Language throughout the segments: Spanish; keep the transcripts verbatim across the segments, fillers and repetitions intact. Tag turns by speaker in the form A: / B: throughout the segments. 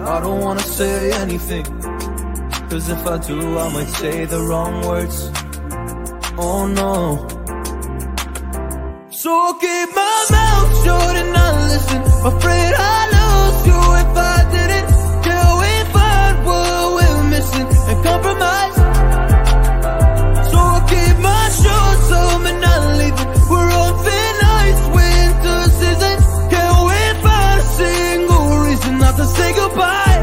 A: I don't wanna say anything, cause if I do I might say the wrong words. Oh no. So I'll keep my mouth shut and not listen. Afraid I lose you if I didn't. Till we find what we're missing and compromise. So I'll keep my shoes on and not leaving. We're on thin ice, winter season. Can't wait for a single reason not to say goodbye.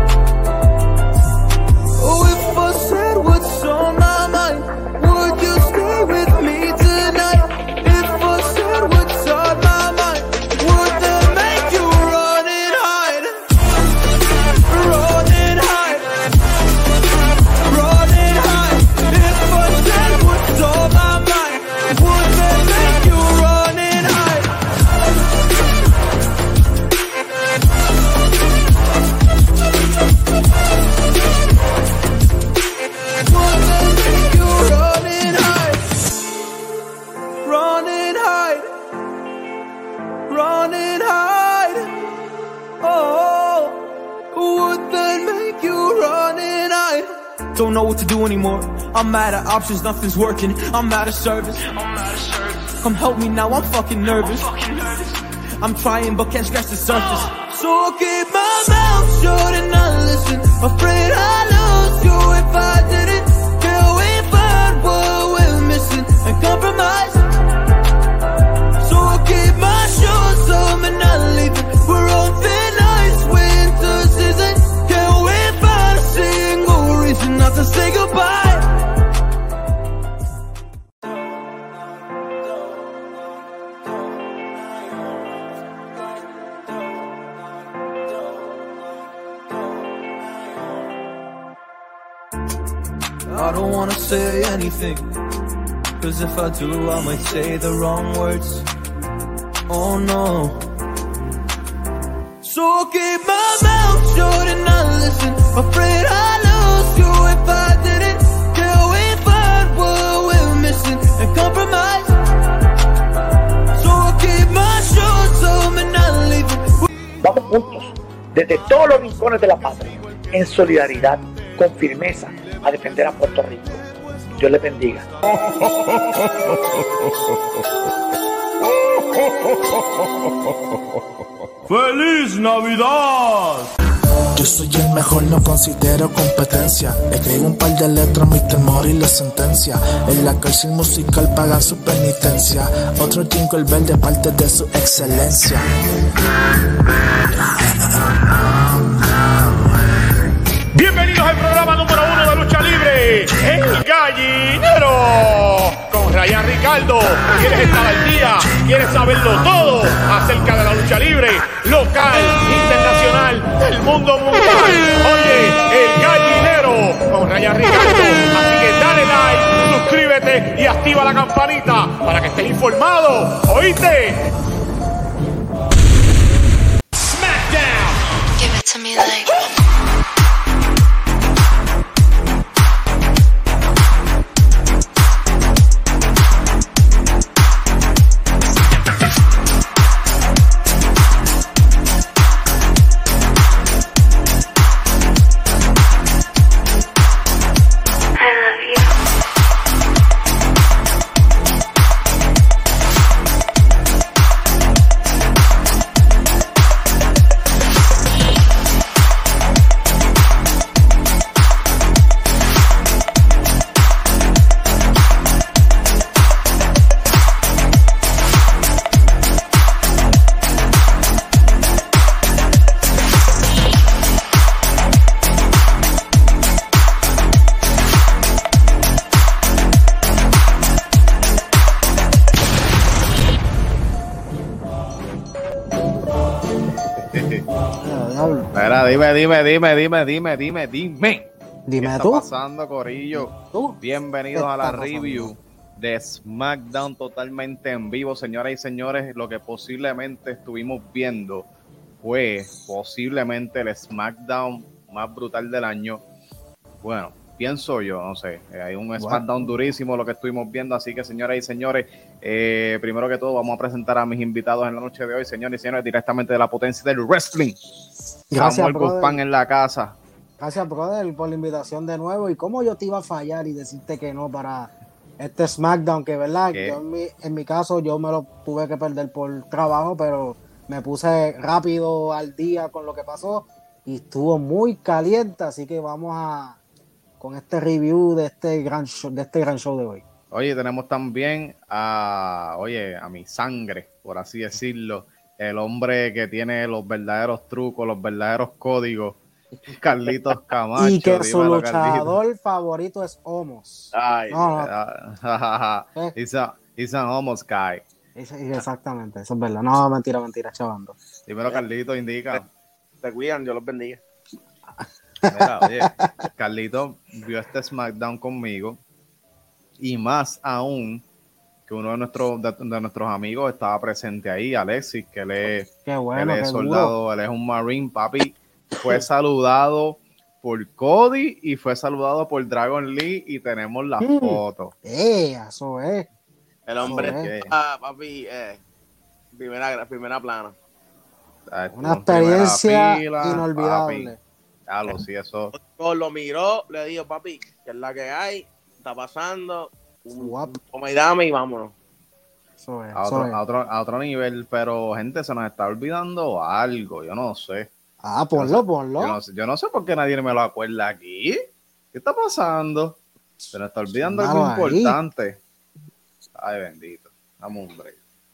A: Oh, if I said what's on my mind, would you stay with me tonight? If I said what's on my mind, would that make you run and hide? Run and hide. Run and hide. If I said what's on my mind, would that make you run and hide? Would that make you run and hide? Run and hide. Run and hide. Oh, would that make you run and hide? Don't know what to do anymore. I'm out of options, nothing's working. I'm out of service. Come help me now, I'm fucking nervous. I'm trying but can't scratch the surface. So I'll keep my mouth shut and not listen. Afraid I lose you if I didn't. Till we find what we're missing and compromise. So I'll keep my shoes on and not leaving. We're on thin ice, winter season. Can't wait for a single reason not to say goodbye. I don't wanna say anything, cause if I do I might say the wrong words. Oh no. So I'll keep my mouth shut and not listen. Afraid I lose you if I didn't. Till we find what we're missing and compromise. So I'll keep my shoes on and not leaving.
B: Vamos juntos, desde todos los rincones de la patria, en solidaridad, con firmeza, a defender a Puerto Rico. Dios les bendiga.
C: ¡Feliz Navidad!
D: Yo soy el mejor, no considero competencia. Escribo un par de letras, mi temor y la sentencia. En la cárcel musical pagan su penitencia. Otro jingle verde parte de su excelencia.
C: Bienvenidos al programa número uno de lucha libre, El Gallinero, con Ryan Ricardo. ¿Quieres estar al día? ¿Quieres saberlo todo acerca de la lucha libre local, internacional, del mundo mundial? Oye, El Gallinero con Ryan Ricardo. Así que dale like, suscríbete y activa la campanita para que estés informado. ¿Oíste? Smackdown.
E: Give it to me like.
F: Espera, dime, dime, dime, dime, dime, dime, dime.
G: Dime
F: ¿Qué
G: tú.
F: está pasando, corillo?
G: ¿Tú?
F: Bienvenidos
G: ¿Qué
F: a la
G: está pasando?
F: review de SmackDown totalmente en vivo, señoras y señores. Lo que posiblemente estuvimos viendo fue posiblemente el SmackDown más brutal del año. Bueno, pienso yo, no sé, eh, hay un SmackDown durísimo lo que estuvimos viendo, así que señoras y señores, eh, primero que todo vamos a presentar a mis invitados en la noche de hoy, señores y señores, directamente de la potencia del wrestling.
E: Gracias,
F: Samuel
E: brother.
F: Guzmán en la casa.
E: Gracias, brother, por la invitación de nuevo. Y cómo yo te iba a fallar y decirte que no para este SmackDown, que verdad,
F: ¿Qué?
E: yo en mi, en mi caso yo me lo tuve que perder por trabajo, pero me puse rápido al día con lo que pasó y estuvo muy caliente, así que vamos a con este review de este gran show, de este gran show de hoy.
F: Oye, tenemos también a, oye, a mi sangre, por así decirlo, el hombre que tiene los verdaderos trucos, los verdaderos códigos, Carlitos Camacho.
E: Y que su
F: dímelo,
E: luchador
F: Carlitos.
E: favorito es Omos.
C: Ay,
E: No, no,
F: Uh, he's, a, he's an almost guy.
E: es- exactamente, eso es verdad. No, mentira, mentira, chavando.
F: Dímelo, Carlitos, indica.
C: te cuidan, Dios los bendiga.
F: Mira, oye, Carlitos vio este SmackDown conmigo y más aún que uno de nuestros de, de nuestros amigos estaba presente ahí, Alexis, que él es,
E: Qué bueno,
F: él
E: qué
F: es
E: duro.
F: soldado, él es un Marine, papi. Fue saludado por Cody y fue saludado por Dragon Lee y tenemos la
E: Mm.
F: foto.
E: Eh, eso es.
C: El hombre
E: Joder.
C: está, papi, eh, primera, primera plana.
F: Ah, estuvo
E: Una
F: en primera
E: experiencia
F: fila,
E: inolvidable.
F: papi. Ya lo sí, eso.
C: Pues lo miró, le dijo, papi, que es la que hay, está pasando,
E: Guap.
C: toma y dame y vámonos.
E: Eso es,
F: A
E: eso
F: otro,
E: es.
F: a, otro, a otro nivel, pero gente, se nos está olvidando algo, yo no sé.
E: Ah, ponlo, ponlo.
F: Yo no sé, yo no sé por qué nadie me lo acuerda aquí. ¿Qué está pasando? Se nos está olvidando algo
E: Mano, ahí.
F: importante. Ay, bendito. Dame un break.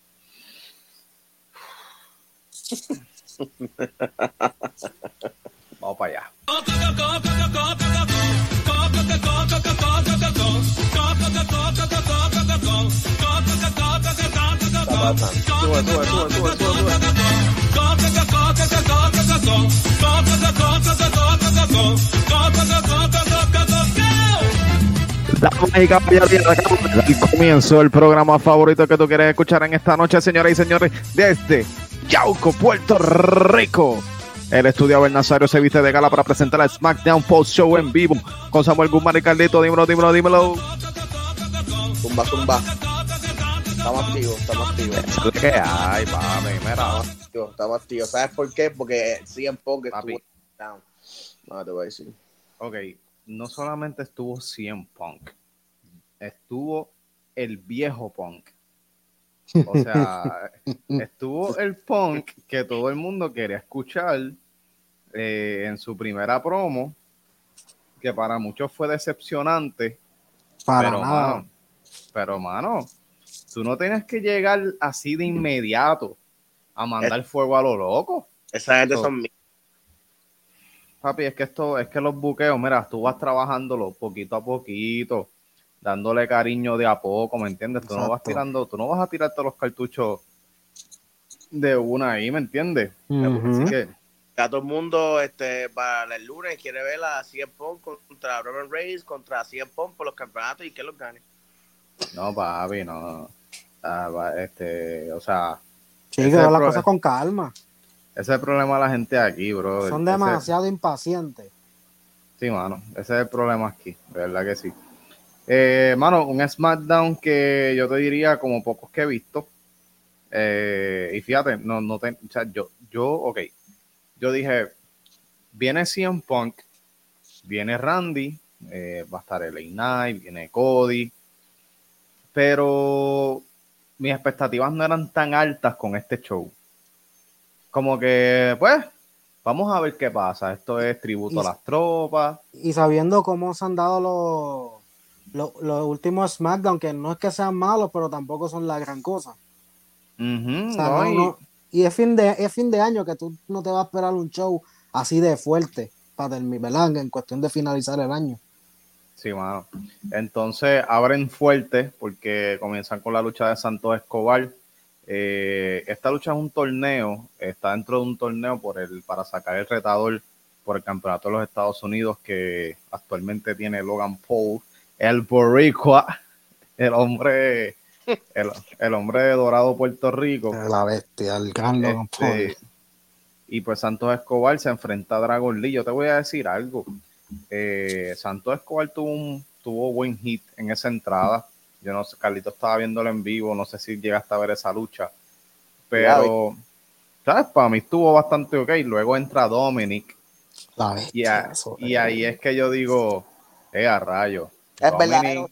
F: Vamos para allá.
C: Sube, sube, sube, sube, sube, sube.
F: Comienzo el programa favorito que tú quieres escuchar en esta noche, señoras y señores, desde Yauco, Puerto Rico. El estudio Abel Nazario se viste de gala para presentar el SmackDown Post Show en vivo con Samuel Guzmán y Carlito. Dímelo, dímelo, dímelo.
C: Zumba, zumba. Estamos activos, estamos activos.
F: ¿Qué hay, papi? Mira.
C: Estamos activos, estamos activos. ¿Sabes por qué? Porque C M Punk
F: Papi.
C: estuvo down. No, te voy a decir.
F: Ok, no solamente estuvo C M Punk, estuvo el viejo Punk. O sea, estuvo el Punk que todo el mundo quería escuchar eh, en su primera promo, que para muchos fue decepcionante.
E: Para
F: pero,
E: nada.
F: mano, pero, mano, tú no tienes que llegar así de inmediato a mandar fuego a lo loco.
C: Esa gente
F: So-
C: son míos.
F: Papi, es que esto, es que los buqueos, mira, tú vas trabajándolo poquito a poquito, dándole cariño de a poco, ¿me entiendes? Tú no vas
E: Exacto.
F: tirando, tú no vas a tirar todos los cartuchos de una ahí, ¿me entiendes?
E: Ujú.
F: Así que,
C: Ya todo el mundo este, para el lunes quiere ver a C M Punk contra Roman Reigns, contra C M Punk por los campeonatos y que los gane.
F: no, papi, no. Ah, va, este, o sea,
E: Sí,
F: ese
E: que
F: es
E: ver
F: el
E: las
F: pro-
E: cosas con calma.
F: ese es el problema de la gente aquí, bro.
E: Son
F: Ese-
E: demasiado impacientes.
F: Sí, mano, ese es el problema aquí, de verdad que sí. Eh, mano, un SmackDown que yo te diría como pocos que he visto. Eh, y fíjate, no, no te, o sea, yo, yo, ok, yo dije, viene C M Punk, viene Randy, eh, va a estar L A Knight, viene Cody, pero mis expectativas no eran tan altas con este show. Como que, pues, vamos a ver qué pasa. Esto es tributo
E: Y-
F: a las tropas.
E: Y sabiendo cómo se han dado los, los, los últimos SmackDown, que no es que sean malos, pero tampoco son la gran cosa.
F: Ujú,
E: O sea,
F: no,
E: no-
F: y-
E: no- y es fin de, es fin de año que tú no te vas a esperar un show así de fuerte para terminar, ¿verdad? En cuestión de finalizar el año.
F: Sí, mano. Entonces abren fuerte porque comienzan con la lucha de Santos Escobar. Eh, esta lucha es un torneo, está dentro de un torneo por el, para sacar el retador por el campeonato de los Estados Unidos que actualmente tiene Logan Paul, el boricua, el hombre, el, el hombre de Dorado, Puerto Rico.
E: La bestia, el gran Logan Paul.
F: Este, y pues Santos Escobar se enfrenta a Dragon Lee. Yo te voy a decir algo. eh, Santos Escobar tuvo un tuvo buen hit en esa entrada. Yo no sé, Carlito estaba viéndolo en vivo, no sé si llegaste a ver esa lucha, pero, ¿sabes? Para mí estuvo bastante ok. Luego entra Dominic,
E: La
F: y,
E: bestia,
F: a,
E: eso,
F: y
E: eh.
F: ahí es que yo digo, eh, a rayo.
G: Es
F: Dominic,
G: verdadero.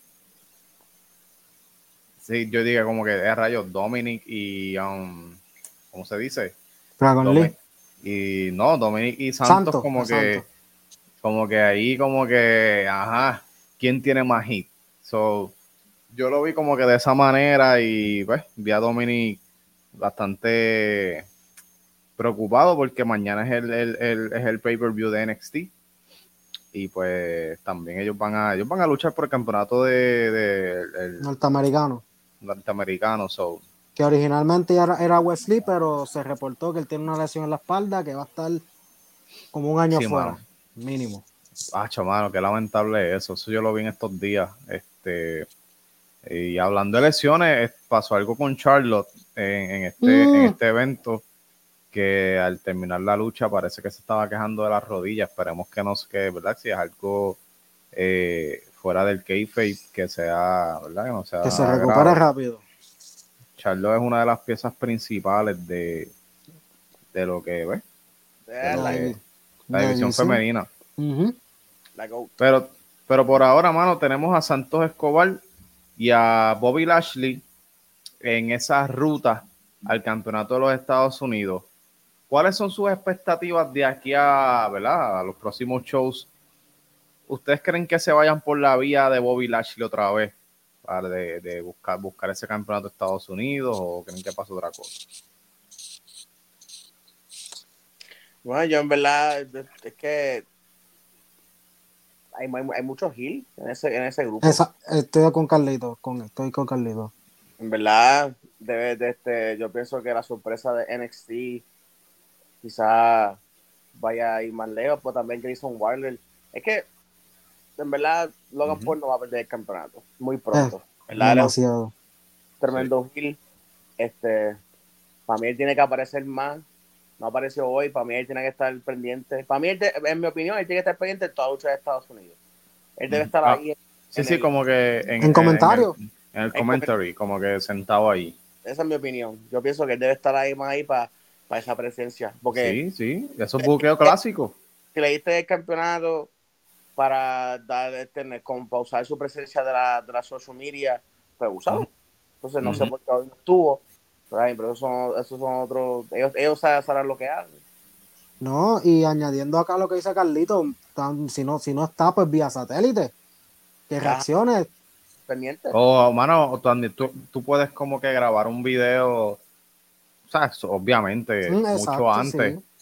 F: sí, yo digo como que es a rayo, Dominic y, um, ¿cómo se dice?
E: Dragon
F: Domi-
E: Lee.
F: y no, Dominic y Santos,
E: Santos,
F: como
E: de
F: que,
E: Santos.
F: como que ahí, como que, ajá, ¿quién tiene más hit? So, yo lo vi como que de esa manera y pues vi a Dominic bastante preocupado porque mañana es el, el, el- es el pay-per-view de N X T y pues también ellos van a ellos van a luchar por el campeonato de, de el
E: Norteamericano.
F: norteamericano. So,
E: Que originalmente era, era Wesley, pero se reportó que él tiene una lesión en la espalda que va a estar como un año
F: sí,
E: fuera,
F: mano.
E: mínimo.
F: Ah, mano, qué lamentable eso. Eso yo lo vi en estos días. Este, y hablando de lesiones, es- pasó algo con Charlotte en, en este, en
E: Mm.
F: este evento, que al terminar la lucha parece que se estaba quejando de las rodillas. Esperemos que no, que, ¿verdad? Si es algo eh, fuera del kayfabe, que sea, ¿verdad? Que no sea
E: Que se
F: nada
E: recupere
F: grave.
E: rápido.
F: Charlotte es una de las piezas principales de, de lo que, ¿ves? De lo
E: La,
F: que, la
E: la
F: división
E: división.
F: femenina.
E: Ujú.
G: La GOAT.
F: Pero, pero por ahora, mano, tenemos a Santos Escobar y a Bobby Lashley en esa ruta al campeonato de los Estados Unidos. ¿Cuáles son sus expectativas de aquí a, ¿verdad? A los próximos shows? ¿Ustedes creen que se vayan por la vía de Bobby Lashley otra vez? Para de, de buscar, buscar ese campeonato de Estados Unidos, ¿o creen que pasa otra cosa?
G: Bueno, yo en verdad, es que hay, hay, hay muchos heels en ese, en ese grupo.
E: Esa, estoy con Carlito, con, estoy con Carlito.
G: En verdad, debe de este, yo pienso que la sorpresa de N X T quizá vaya a ir más lejos, pero también Jason Wilder. Es que, en verdad, Logan
F: Ujú.
G: Paul no va a perder el campeonato muy pronto.
E: Eh,
G: ¿Verdad? Él es un
E: demasiado.
G: tremendo heel. Este, para mí él tiene que aparecer más. No apareció hoy, para mí él tiene que estar pendiente. Para mí, él te- en mi opinión, él tiene que estar pendiente de toda lucha de Estados Unidos. Él debe estar
F: Ah,
G: ahí. En,
F: sí,
G: en
F: sí,
G: el,
F: como que en,
E: En
F: en-
E: comentario.
F: en el, en el
G: En
F: commentary, como que sentado ahí.
G: Esa es mi opinión. Yo pienso que él debe estar ahí más ahí para esa presencia. Porque
F: Sí, sí, eso es buqueo clásico.
G: si le diste el campeonato para dar este, con, para usar su presencia de la, de la social media, pues usado. Entonces no
F: Ujú.
G: sé por qué hoy no estuvo. Right, pero esos son, esos son otros. Ellos, ellos saben, saben lo que hacen.
E: No, y añadiendo acá lo que dice Carlito, tan- si no, si no está, pues vía satélite. Que
G: Ajá.
E: reaccione.
G: Pendiente.
F: O, mano, tú, tú, tú puedes como que grabar un video, ¿sabes? Obviamente,
E: Mm,
F: mucho
E: exacto,
F: antes.
E: sí.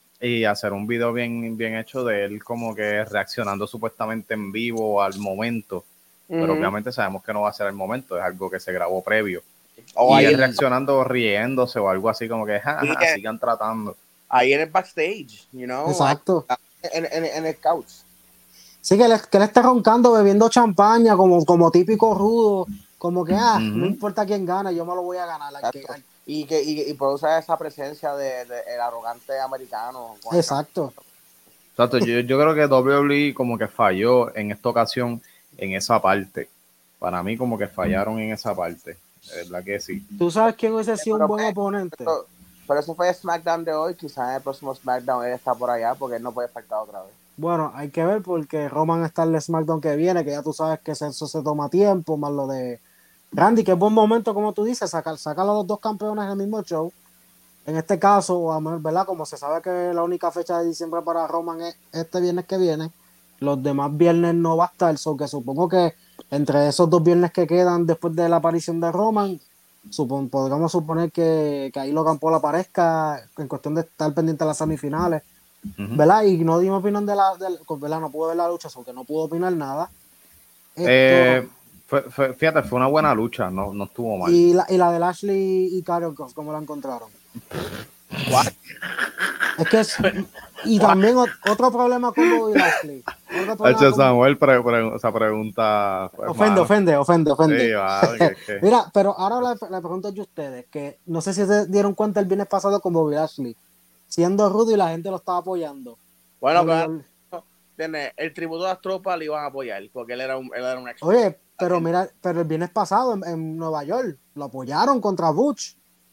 F: Y hacer un video bien, bien hecho de él como que reaccionando supuestamente en vivo al momento. Pero
G: Ujú.
F: obviamente sabemos que no va a ser el momento, es algo que se grabó previo.
G: O
F: y
G: ahí,
F: él
G: en-
F: reaccionando, riéndose o algo así como que, ja,
G: Sí,
F: ja,
G: que-
F: sigan tratando.
G: ahí en el backstage, you know,
E: Exacto.
G: en, en, en el couch.
E: Sí, que él, que él esté roncando, bebiendo champaña, como, como típico rudo. Como que, ah,
F: Ujú.
E: no importa quién gana, yo me lo voy a ganar. al que-
G: Exacto.
E: al-
G: Y que y, y puede usar esa presencia de, de el arrogante americano. con el
E: Exacto.
F: Exacto, yo, yo creo que doble u doble u E como que falló en esta ocasión en esa parte. Para mí como que fallaron en esa parte. De verdad que sí.
E: ¿Tú sabes quién hubiese sido un
G: Pero,
E: buen
G: eh,
E: oponente?
G: Pero, pero eso fue el SmackDown de hoy. Quizás en el próximo SmackDown él está por allá porque él no puede faltar otra vez.
E: Bueno, hay que ver porque Roman está en el SmackDown que viene, que ya tú sabes que eso se toma tiempo, más lo de Randy, que es buen momento, como tú dices, sacar, sacar a los dos campeones en el mismo show. En este caso, a menos, ¿verdad? Como se sabe que la única fecha de diciembre para Roman es este viernes que viene, los demás viernes no va a estar, so que supongo que entre esos dos viernes que quedan después de la aparición de Roman, supon, podríamos suponer que, que ahí Logan Paul aparezca en cuestión de estar pendiente de las semifinales,
F: Ujú.
E: ¿verdad? Y no dimos opinión de la, de, ¿verdad? No pude ver la lucha, porque no pudo opinar nada.
F: Eh,
E: Esto,
F: fue, fue- fíjate, fue una buena lucha, no, no estuvo mal.
E: y, la, y la de Lashley y Karrion Kross, ¿cómo la encontraron?
G: What?
E: Es que es, y también ot- otro problema con Bobby Lashley. Otro problema
F: H.
E: con-
F: Samuel pre- pre- esa pregunta. Pues,
E: ofende,
F: mano.
E: ofende, ofende, ofende.
F: Sí, vale, que- que-
E: Mira, pero ahora le, le pregunto yo a ustedes, que no sé si se dieron cuenta el viernes pasado con Bobby Lashley, siendo rudo y la gente lo estaba apoyando.
G: Bueno,
E: Bobby-
G: pero ¿entiendes? El tributo de las tropas le iban a apoyar porque él era un, él era un expert.
E: Oye, pero mira, pero el viernes pasado en, en Nueva York lo apoyaron contra Butch.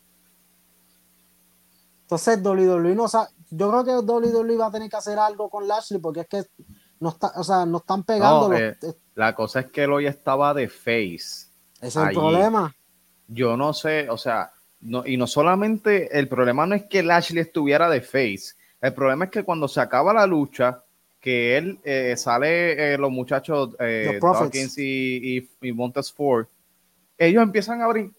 E: Entonces W W E no sabe, yo creo que W W E va a tener que hacer algo con Lashley porque es que no está, o sea, no están pegando.
F: No,
E: los,
F: eh, la cosa es que él hoy estaba de face.
E: Ese es
F: allí.
E: el problema.
F: Yo no sé, o sea, no, y no solamente, el problema no es que Lashley estuviera de face, el problema es que cuando se acaba la lucha, que él eh, sale, eh, los muchachos, eh, Dawkins y, y, y Montez Ford, ellos empiezan a abrir.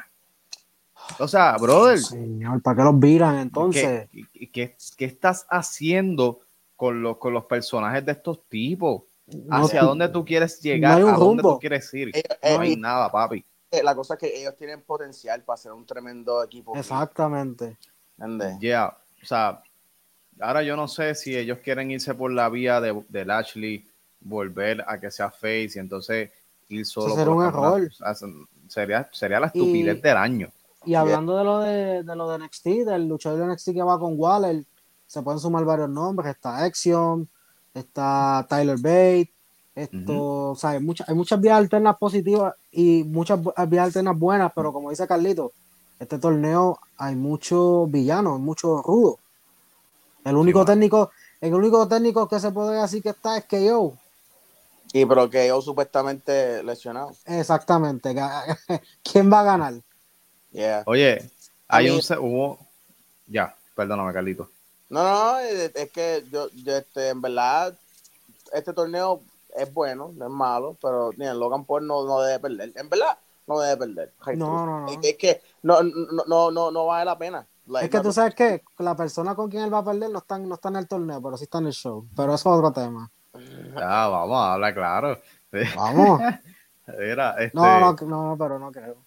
F: O sea, brother.
E: Señor, ¿para qué los viran entonces?
F: ¿Qué, qué, qué estás haciendo con los, con los personajes de estos tipos? ¿Hacia
E: no,
F: dónde tú quieres llegar?
E: No hay un
F: ¿A dónde
E: rumbo.
F: tú quieres ir?
G: Eh,
F: no
G: eh,
F: hay nada, papi.
G: La cosa es que ellos tienen potencial para ser un tremendo equipo.
E: Exactamente.
G: ¿Entiendes?
F: Ya, yeah. O sea, ahora yo no sé si ellos quieren irse por la vía de, de Lashley, volver a que sea face y entonces ir solo.
E: Eso sería un error.
F: O sea, sería, sería la estupidez y, del año.
E: Y hablando yeah. de lo de, de lo de N X T, del luchador de N X T que va con Waller, se pueden sumar varios nombres. Está Axiom, está Tyler Bate. Esto, uh-huh. O sea, hay, mucha, hay muchas vías alternas positivas y muchas vías alternas buenas, pero como dice Carlito, este torneo hay muchos villanos, muchos rudos. El único sí, técnico, el único técnico que se puede decir que está es K O.
G: Sí, pero K O supuestamente lesionado.
E: Exactamente. ¿Quién va a ganar?
G: Yeah.
F: Oye, hay mí, un hubo ya, perdóname, Carlito.
G: No, no, es, es que yo, yo este, en verdad, este torneo es bueno, no es malo, pero mira, Logan Paul no, no debe perder. En verdad, no debe perder.
E: No, no, no.
G: Es, es que no, no, no, no, no vale la pena.
E: Like, es que no, tú sabes que la persona con quien él va a perder no está, no está en el torneo, pero sí está en el show. Pero eso es otro tema.
F: Ya, vamos a hablar claro.
E: Vamos.
F: Era, este,
E: no, no, no, pero no creo.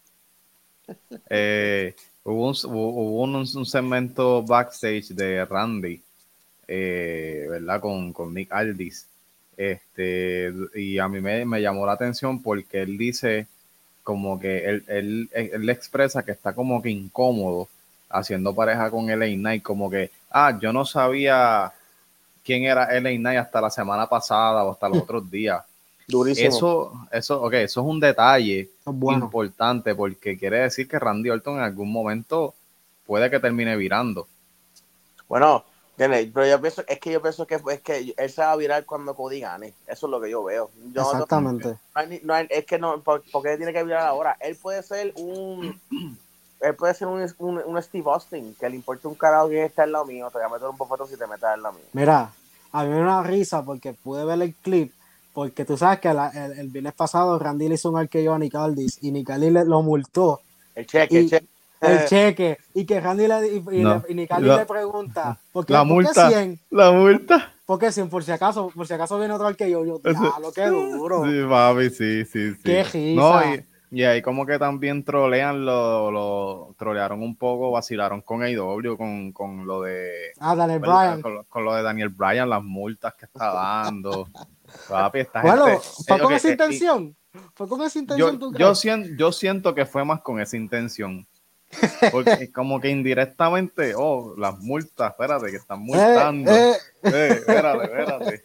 F: Eh, hubo un, hubo un, un segmento backstage de Randy, eh, ¿verdad? Con, con Nick Aldis. Este, y a mí me, me llamó la atención porque él dice como que él, él, él, él expresa que está como que incómodo haciendo pareja con L A Knight, como que, ah, yo no sabía quién era L A Knight hasta la semana pasada o hasta los otros días.
G: Durísimo.
F: Eso, eso, okay, eso es un detalle
E: bueno.
F: importante porque quiere decir que Randy Orton en algún momento puede que termine virando.
G: Bueno, pero yo pienso, es que yo pienso que es que él se va a virar cuando Cody gane. Eso es lo que yo veo. Yo
E: Exactamente.
G: No, no hay, no hay, es que no, porque tiene que virar ahora. Él puede ser un, él puede ser un, un, un Steve Austin, que le importa un carajo que está al lado mío. Te voy a meter un poquito si te metes al lado mío.
E: Mira, a mí me da una risa porque pude ver el clip. Porque tú sabes que la, el, el viernes pasado Randy le hizo un arqueo a Nick Aldis y Nick Aldis lo multó.
G: El cheque,
E: y,
G: el cheque.
E: El cheque. Y que Randy le, y, y
F: no,
E: le, y Nick Aldis
F: la,
E: le pregunta, ¿por qué,
F: la
E: ¿por
F: multa,
E: qué cien?
F: La multa.
E: ¿Por qué cien? Por si acaso, por si acaso viene otro arqueo. Yo, diablo, qué duro.
F: Sí, papi, sí, sí, sí.
E: Qué risa.
F: No, y, y ahí como que también trolean, lo, lo trolearon un poco, vacilaron con A E W, con, con lo de...
E: Ah, Daniel Bryan.
F: Con, con lo de Daniel Bryan, las multas que está dando. Papi, esta
E: bueno,
F: gente,
E: ¿fue
F: eh,
E: con
F: okay,
E: esa
F: eh,
E: intención? ¿Fue con esa intención
F: yo,
E: tú crees?
F: Yo siento, yo siento que fue más con esa intención. Porque como que indirectamente, oh, las multas, espérate, que están multando.
E: Eh, eh.
F: Eh, espérate, espérate.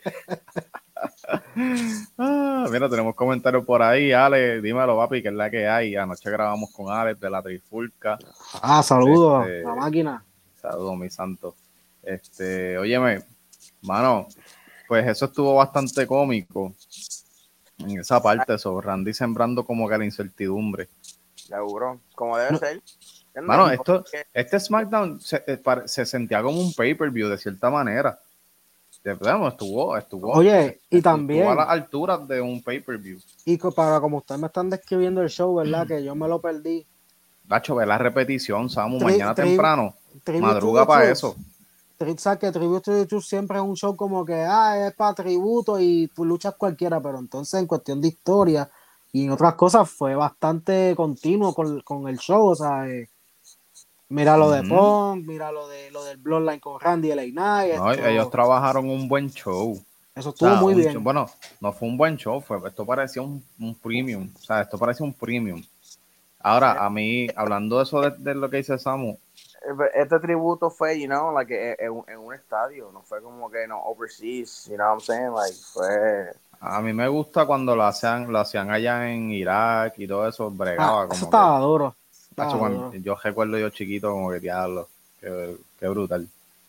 F: ah, mira, tenemos comentarios por ahí. Ale, dímelo, papi, que es la que hay. Anoche grabamos con Alex de la Trifulca.
E: Ah, saludos,
F: este,
E: la máquina.
F: Saludos, mi santo. Este, óyeme, mano, pues eso estuvo bastante cómico en esa parte, eso, Randy sembrando como que la incertidumbre.
G: Seguro, como debe no. ser.
F: Mano, esto, este SmackDown se, se sentía como un pay-per-view de cierta manera. De verdad, estuvo, estuvo.
E: Oye, y
F: estuvo
E: también.
F: a las alturas de un pay-per-view.
E: Y para como ustedes me están describiendo el show, ¿verdad? Que yo me lo perdí.
F: Nacho, ve la repetición, Samu,
E: Tri,
F: mañana
E: tri,
F: temprano.
E: Tri,
F: madruga para eso.
E: ¿Sabes que Tribute to the Truth siempre es un show como que ah, es para tributo y tú luchas cualquiera, pero entonces en cuestión de historia y en otras cosas fue bastante continuo con, con el show, o sea, eh, mira lo de mm-hmm. Punk, mira lo de lo del Bloodline con Randy L A Knight.
F: No,
E: esto,
F: ellos trabajaron un buen show.
E: Eso estuvo o sea, muy bien.
F: Show, bueno, no fue un buen show, fue, esto parecía un, un premium, o sea, esto parecía un premium. Ahora, a mí, hablando de eso de, de lo que dice Samu,
G: este tributo fue, you know, like, en, en un estadio, no fue como que, no, overseas, you know what I'm saying, like, fue...
F: A mí me gusta cuando lo hacían, lo hacían allá en Irak y todo eso, bregaba
E: Ah,
F: como
E: eso
F: que...
E: estaba duro. Estaba
F: Hacho, cuando-
E: duro.
F: yo recuerdo yo chiquito como que diablo, qué, qué brutal.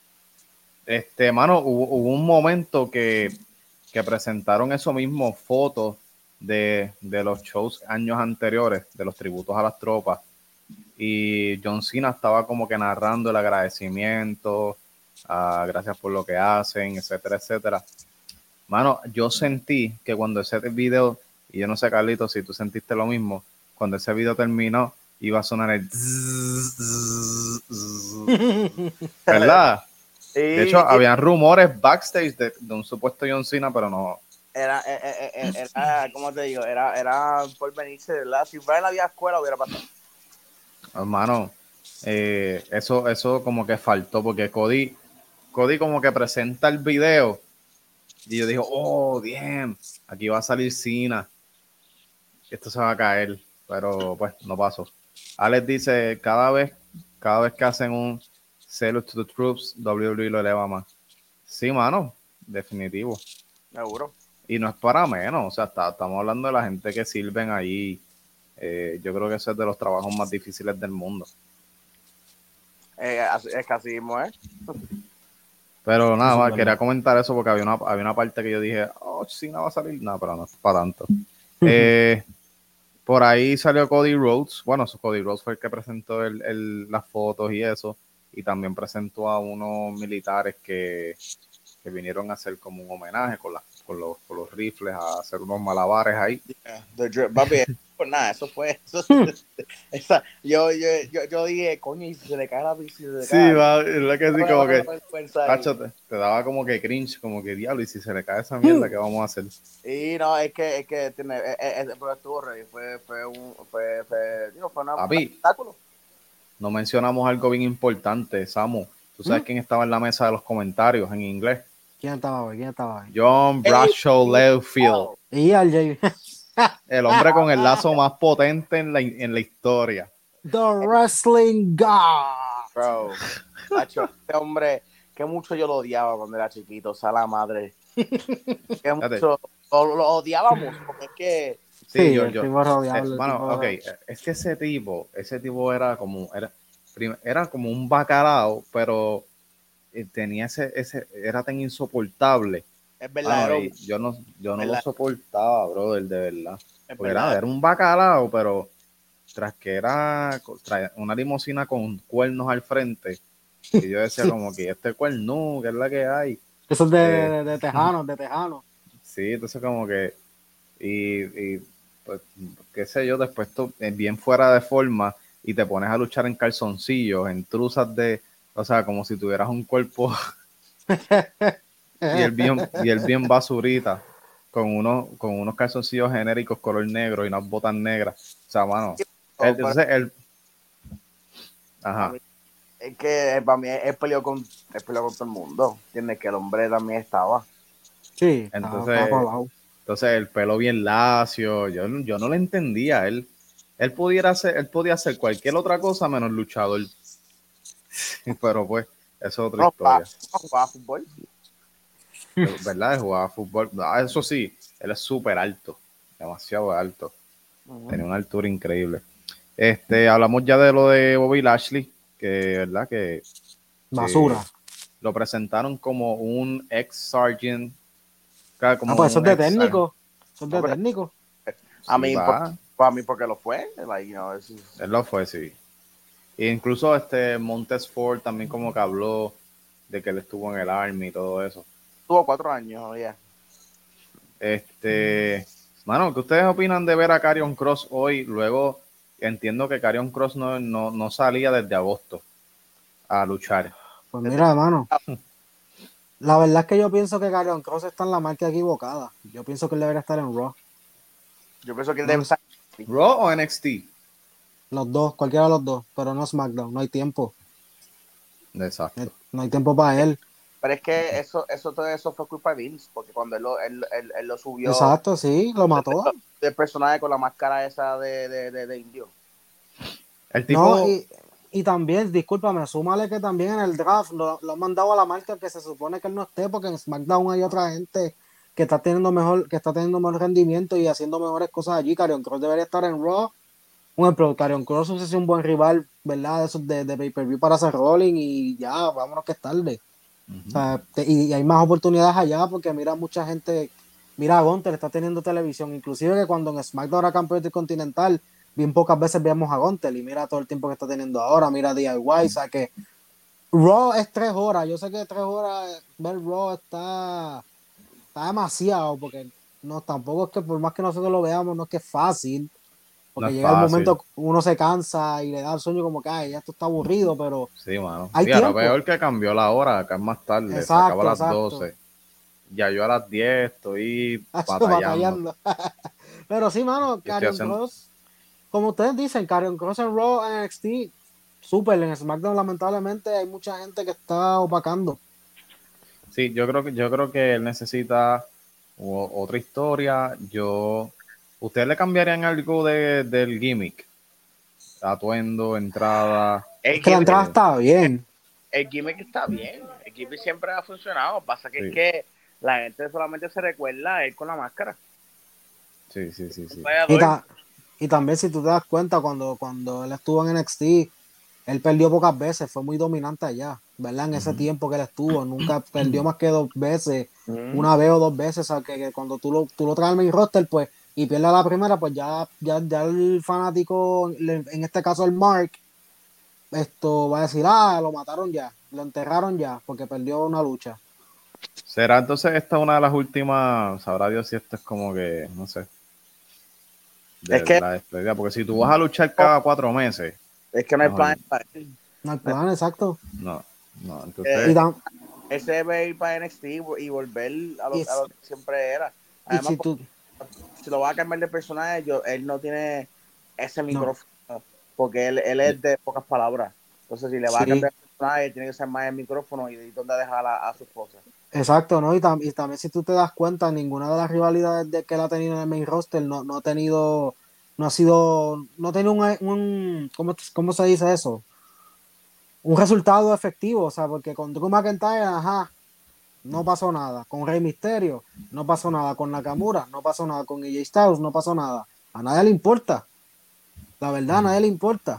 F: Este, mano, hubo, hubo un momento que, que presentaron eso mismo, fotos de, de los shows años anteriores, de los tributos a las tropas, y John Cena estaba como que narrando el agradecimiento, ah, gracias por lo que hacen, etcétera, etcétera. Mano, yo sentí que cuando ese video, y yo no sé, Carlito, si tú sentiste lo mismo, cuando ese video terminó, iba a sonar el zzzz, zzzz, zzzz. ¿Verdad?
G: Sí,
F: De hecho, habían rumores backstage de, de un supuesto John Cena, pero no.
G: Era, era, era, era, ¿cómo te digo? Era, era por venirse, ¿verdad? Si fuera en la vieja escuela hubiera pasado.
F: Hermano, eh, eso, eso como que faltó, porque Cody, Cody como que presenta el video, y yo digo, oh, damn, aquí va a salir Cena. Esto se va a caer, pero pues no pasó. Alex dice, cada vez, cada vez que hacen un Salute to the Troops, W W E lo eleva más. Sí, mano, definitivo.
G: Seguro.
F: Y no es para menos, o sea, está, estamos hablando de la gente que sirven ahí. Eh, yo creo que ese es de los trabajos más difíciles del mundo.
G: Eh, es casi mismo, ¿eh?
F: Pero nada,
E: Eso es
F: más, quería
E: verdad.
F: comentar eso porque había una, había una parte que yo dije, oh, sí, no va a salir nada, pero no es para tanto. eh, por ahí salió Cody Rhodes. Bueno, Cody Rhodes fue el que presentó el, el, las fotos y eso. Y también presentó a unos militares que, que vinieron a hacer como un homenaje con, la, con, los, con los rifles, a hacer unos malabares ahí.
G: Yeah, the drip, papi, pues nada, eso fue. Eso, esa, yo, yo, yo, yo dije, coño, y si se le cae la bici, se le
F: Sí,
G: cae.
F: va, es lo que sí,
G: No,
F: como
G: no,
F: que,
G: no, no,
F: Pacho, te, te daba como que cringe, como que diablo, y si se le cae esa mierda, ¿qué vamos a hacer?
G: Y no, es que, es que tiene, es, es, pero estuvo ready, fue, fue un, fue, fue, digo, fue una, un
F: Papi,
G: espectáculo.
F: no mencionamos algo bien importante, Samu. ¿Tú sabes
E: ¿Mm?
F: quién estaba en la mesa de los comentarios en inglés?
E: ¿Quién estaba ahí? ¿Quién estaba ahí?
F: John Bradshaw Layfield.
E: Y al J.
F: El hombre con el lazo más potente en la, en la historia.
E: The Wrestling God.
G: Bro, macho, este hombre, que mucho yo lo odiaba cuando era chiquito, o sea, la madre. Que mucho, lo, lo odiábamos, porque es que...
F: Sí,
E: Sí,
F: yo,
E: el
F: yo,
E: tipo es rodeable,
F: eh,
E: el
F: bueno,
E: tipo
F: ok,
E: era-
F: es que ese tipo, ese tipo era como, era, prim- era como un bacalao, pero eh, tenía ese, ese, era tan insoportable.
G: Es
F: Mano,
G: verdadero.
F: y yo no, yo no
G: verdad.
F: lo soportaba, brother, de verdad.
G: Es
F: Porque era,
G: verdad.
F: era un bacalao, pero tras que era traía una limusina con cuernos al frente, y yo decía como que este cuerno, que es la que hay.
E: Eso es de,
F: Eh,
E: de, de Tejano, de Tejano.
F: Sí, entonces como que, y, y pues, qué sé yo, después tú, eh, bien fuera de forma, y te pones a luchar en calzoncillos, en truzas de, o sea, como si tuvieras un cuerpo, y el bien, y el bien basurita, con unos, con unos calzoncillos genéricos color negro y unas botas negras. O sea, mano,
G: Oh,
F: él, entonces él, ajá.
G: Es que para mí él peleó con, él peleó con todo el mundo. Entiendes que el hombre también estaba.
E: Sí,
F: Entonces,
E: estaba colado.
F: entonces el pelo bien lacio, yo, yo no lo entendía. Él, él pudiera hacer, él podía hacer cualquier otra cosa menos luchador. Pero pues, eso es otra
G: No,
F: historia.
G: jugaba, jugaba fútbol.
F: ¿Verdad? Jugaba fútbol. Ah, eso sí, él es súper alto, demasiado alto.
G: Uh-huh.
F: Tenía una altura increíble. Este, hablamos ya de lo de Bobby Lashley, que verdad que
E: Basura.
F: eh, lo presentaron como un ex sergeant. Como
E: Ah, pues eso es
F: un
E: de
F: ex-
E: técnico. Eso es de
G: No, pero-
E: técnico.
G: A
F: Sí,
G: mí,
F: va.
G: por, para mí porque lo fue. Like, you know, es-
F: Él lo fue, sí. E incluso este Montez Ford también como que habló de que él estuvo en el Army y todo eso.
G: tuvo cuatro años, ya.
F: Este, mano, ¿qué ustedes opinan de ver a Karrion Kross hoy? Luego entiendo que Karrion Kross no, no, no salía desde agosto a luchar.
E: Pues mira, hermano. La verdad es que yo pienso que Karrion Kross está en la marca equivocada. Yo pienso que él debería estar en Raw.
G: Yo pienso que él
E: No,
G: debe estar.
F: ¿Raw o N X T?
E: Los dos, cualquiera de los dos, pero no SmackDown. No hay tiempo.
F: Exacto.
E: No hay, no hay tiempo para él.
G: Pero es que eso, eso, todo eso fue culpa de Vince, porque cuando él lo, él, él, él lo subió
E: Exacto, sí, lo mató.
G: del personaje con la máscara esa de, de, de, de indio.
F: El tipo,
E: No, y, y también, discúlpame, súmale que también en el draft lo, lo han mandado a la marca que se supone que él no esté, porque en SmackDown hay otra gente que está teniendo mejor, que está teniendo mejor rendimiento y haciendo mejores cosas allí. Karrion Kross debería estar en Raw. Un ejemplo, Karrion Kross es un buen rival, ¿verdad? De, esos de, de pay-per-view para hacer rolling y ya, vámonos que es tarde.
F: Uh-huh.
E: O sea, te, y, y hay más oportunidades allá porque mira, mucha gente, mira, Gunter está teniendo televisión, inclusive que cuando en SmackDown era campeón intercontinental, bien pocas veces veíamos a Gunter y mira todo el tiempo que está teniendo ahora, mira D I Y, o sea que Raw es tres horas, yo sé que tres horas ver Raw está, está demasiado, porque no, tampoco es que por más que nosotros lo veamos, no es que es fácil, porque
F: no
E: llega
F: fácil.
E: el momento uno se cansa y le da el sueño como que ay, ya esto está aburrido, pero
F: sí, mano.
E: hay
F: sí, ahora
E: tiempo.
F: peor que cambió la hora, acá es más tarde,
E: Exacto,
F: se acaba a las
E: exacto.
F: doce. Ya yo a las diez estoy batallando.
E: batallando. Pero sí, mano, Karrion haciendo... Kross, como ustedes dicen, Karrion Kross en Raw, en N X T, súper, en SmackDown lamentablemente hay mucha gente que está opacando.
F: Sí, yo creo que yo creo que él necesita o, otra historia. Yo, ¿ustedes le cambiarían algo de, del gimmick? Atuendo, entrada.
G: El
E: es que la entrada
G: eh,
E: está bien.
G: El, el gimmick está bien. El gimmick siempre ha funcionado. Pasa que
F: sí.
G: es que la gente solamente se recuerda a él con la máscara.
F: Sí, sí, sí, sí.
E: Y, ta y también si tú te das cuenta, cuando, cuando él estuvo en N X T, él perdió pocas veces, fue muy dominante allá, ¿verdad? En uh-huh. ese tiempo que él estuvo, nunca perdió más que dos veces, uh-huh. una vez o dos veces, o sea, que, que cuando tú lo, tú lo traes al main roster, pues, y pierdes la primera, pues ya, ya, ya el fanático, en este caso el Mark, esto va a decir, ah, lo mataron ya, lo enterraron ya, porque perdió una lucha.
F: ¿Será entonces esta una de las últimas? Sabrá Dios si esto es como que, no sé, de
G: es que,
F: la despedida, porque si tú vas a luchar cada cuatro meses.
G: Es que no hay plan para él.
E: No hay plan, exacto.
F: No, no, entonces...
G: Eh, y tan, ese debe ir para N X T y volver a lo, a lo que siempre era. Además,
E: si, tú,
G: si lo va a cambiar de personaje, yo, él no tiene ese micrófono, no. porque él, él es de pocas palabras. Entonces, si le va sí. a cambiar de personaje, tiene que ser más el micrófono y dónde dejar a, a su esposa.
E: Exacto, ¿no? Y, tam y también si tú te das cuenta, ninguna de las rivalidades de que él ha tenido en el main roster no, no ha tenido, no ha sido, no ha tenido un, un ¿cómo, ¿cómo se dice eso? Un resultado efectivo, o sea, porque con Drew McIntyre, ajá, no pasó nada. Con Rey Mysterio, no pasó nada. Con Nakamura, no pasó nada. Con A J Styles, no pasó nada. A nadie le importa. La verdad, a nadie le importa.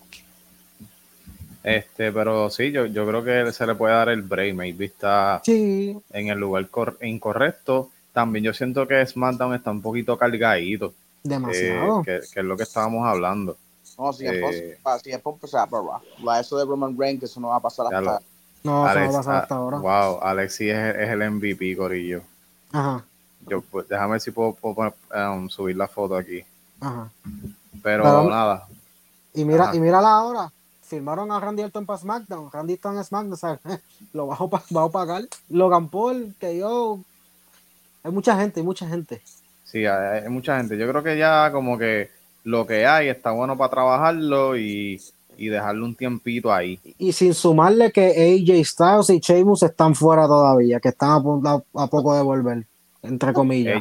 F: Este, pero sí, yo, yo creo que se le puede dar el break. Maybe está
E: sí.
F: en el lugar incorrecto. También yo siento que SmackDown está un poquito cargadito.
E: Demasiado.
F: Eh, que, que es lo que estábamos hablando.
G: No, si es por empezar, la eso de Roman Reigns, que eso no va a pasar hasta...
E: Lo, no,
F: Alex,
E: eso no va a pasar hasta ahora.
F: Wow, Alexis es, es el M V P, corillo.
E: Ajá.
F: Yo, pues, déjame ver si puedo, puedo um, subir la foto aquí.
E: Ajá.
F: Pero, Pero nada.
E: Y mira, Ajá. y mírala ahora. Firmaron a Randy Orton para SmackDown. Randy está en SmackDown, o sea, lo va a, va a pagar. Logan Paul, que yo... Hay mucha gente, hay mucha gente.
F: Sí, hay, hay mucha gente. Yo creo que ya como que lo que hay está bueno para trabajarlo y, y dejarle un tiempito ahí.
E: Y sin sumarle que A J Styles y Sheamus están fuera todavía, que están a, a, a poco de volver, entre comillas.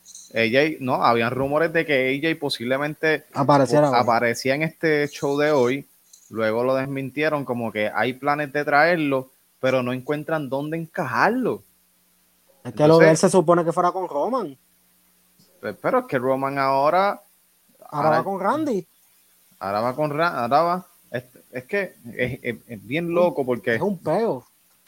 F: A J, no, habían rumores de que A J posiblemente
E: Apareciera
F: aparecía en este show de hoy. Luego lo desmintieron como que hay planes de traerlo, pero no encuentran dónde encajarlo.
E: Es que Entonces, lo de él se supone que fuera con Roman.
F: Pero es que Roman ahora...
E: Ahora, ahora va con Randy.
F: Ahora va con Randy. Ahora va... Es, es que es, es, es bien loco porque...
E: Es un peo.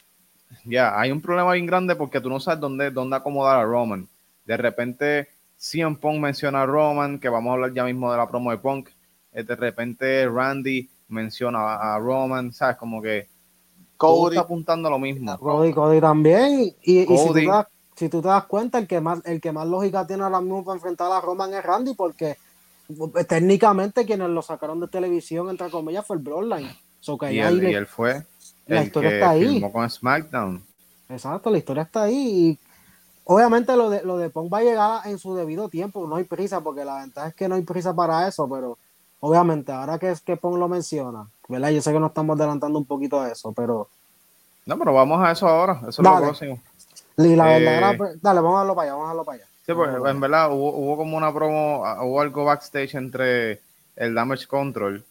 F: Ya, yeah, hay un problema bien grande porque tú no sabes dónde, dónde acomodar a Roman. De repente, C M Punk menciona a Roman, que vamos a hablar ya mismo de la promo de Punk. De repente, Randy menciona a, a Roman, ¿sabes? Como que Cody está apuntando a lo mismo.
E: Cody, Cody también. Y, Cody. y si, tú te das, si tú te das cuenta, el que más el que más lógica tiene ahora mismo para enfrentar a Roman es Randy, porque técnicamente quienes lo sacaron de televisión, entre comillas, fue el Bloodline. So que
F: y, él, y él fue
E: la
F: el
E: historia
F: que
E: está ahí.
F: firmó con SmackDown.
E: Exacto, la historia está ahí. Y obviamente lo de, lo de Punk va a llegar en su debido tiempo. No hay prisa, porque la ventaja es que no hay prisa para eso, pero obviamente, ahora que es que Pong lo menciona, ¿verdad? Yo sé que nos estamos adelantando un poquito a eso, pero...
F: No, pero vamos a eso ahora, eso
E: dale.
F: es lo próximo.
E: Y la eh... verdad, dale, vamos a darlo para allá, vamos a darlo para allá.
F: Sí, pues en verdad hubo, hubo como una promo, hubo algo backstage entre el Damage Control,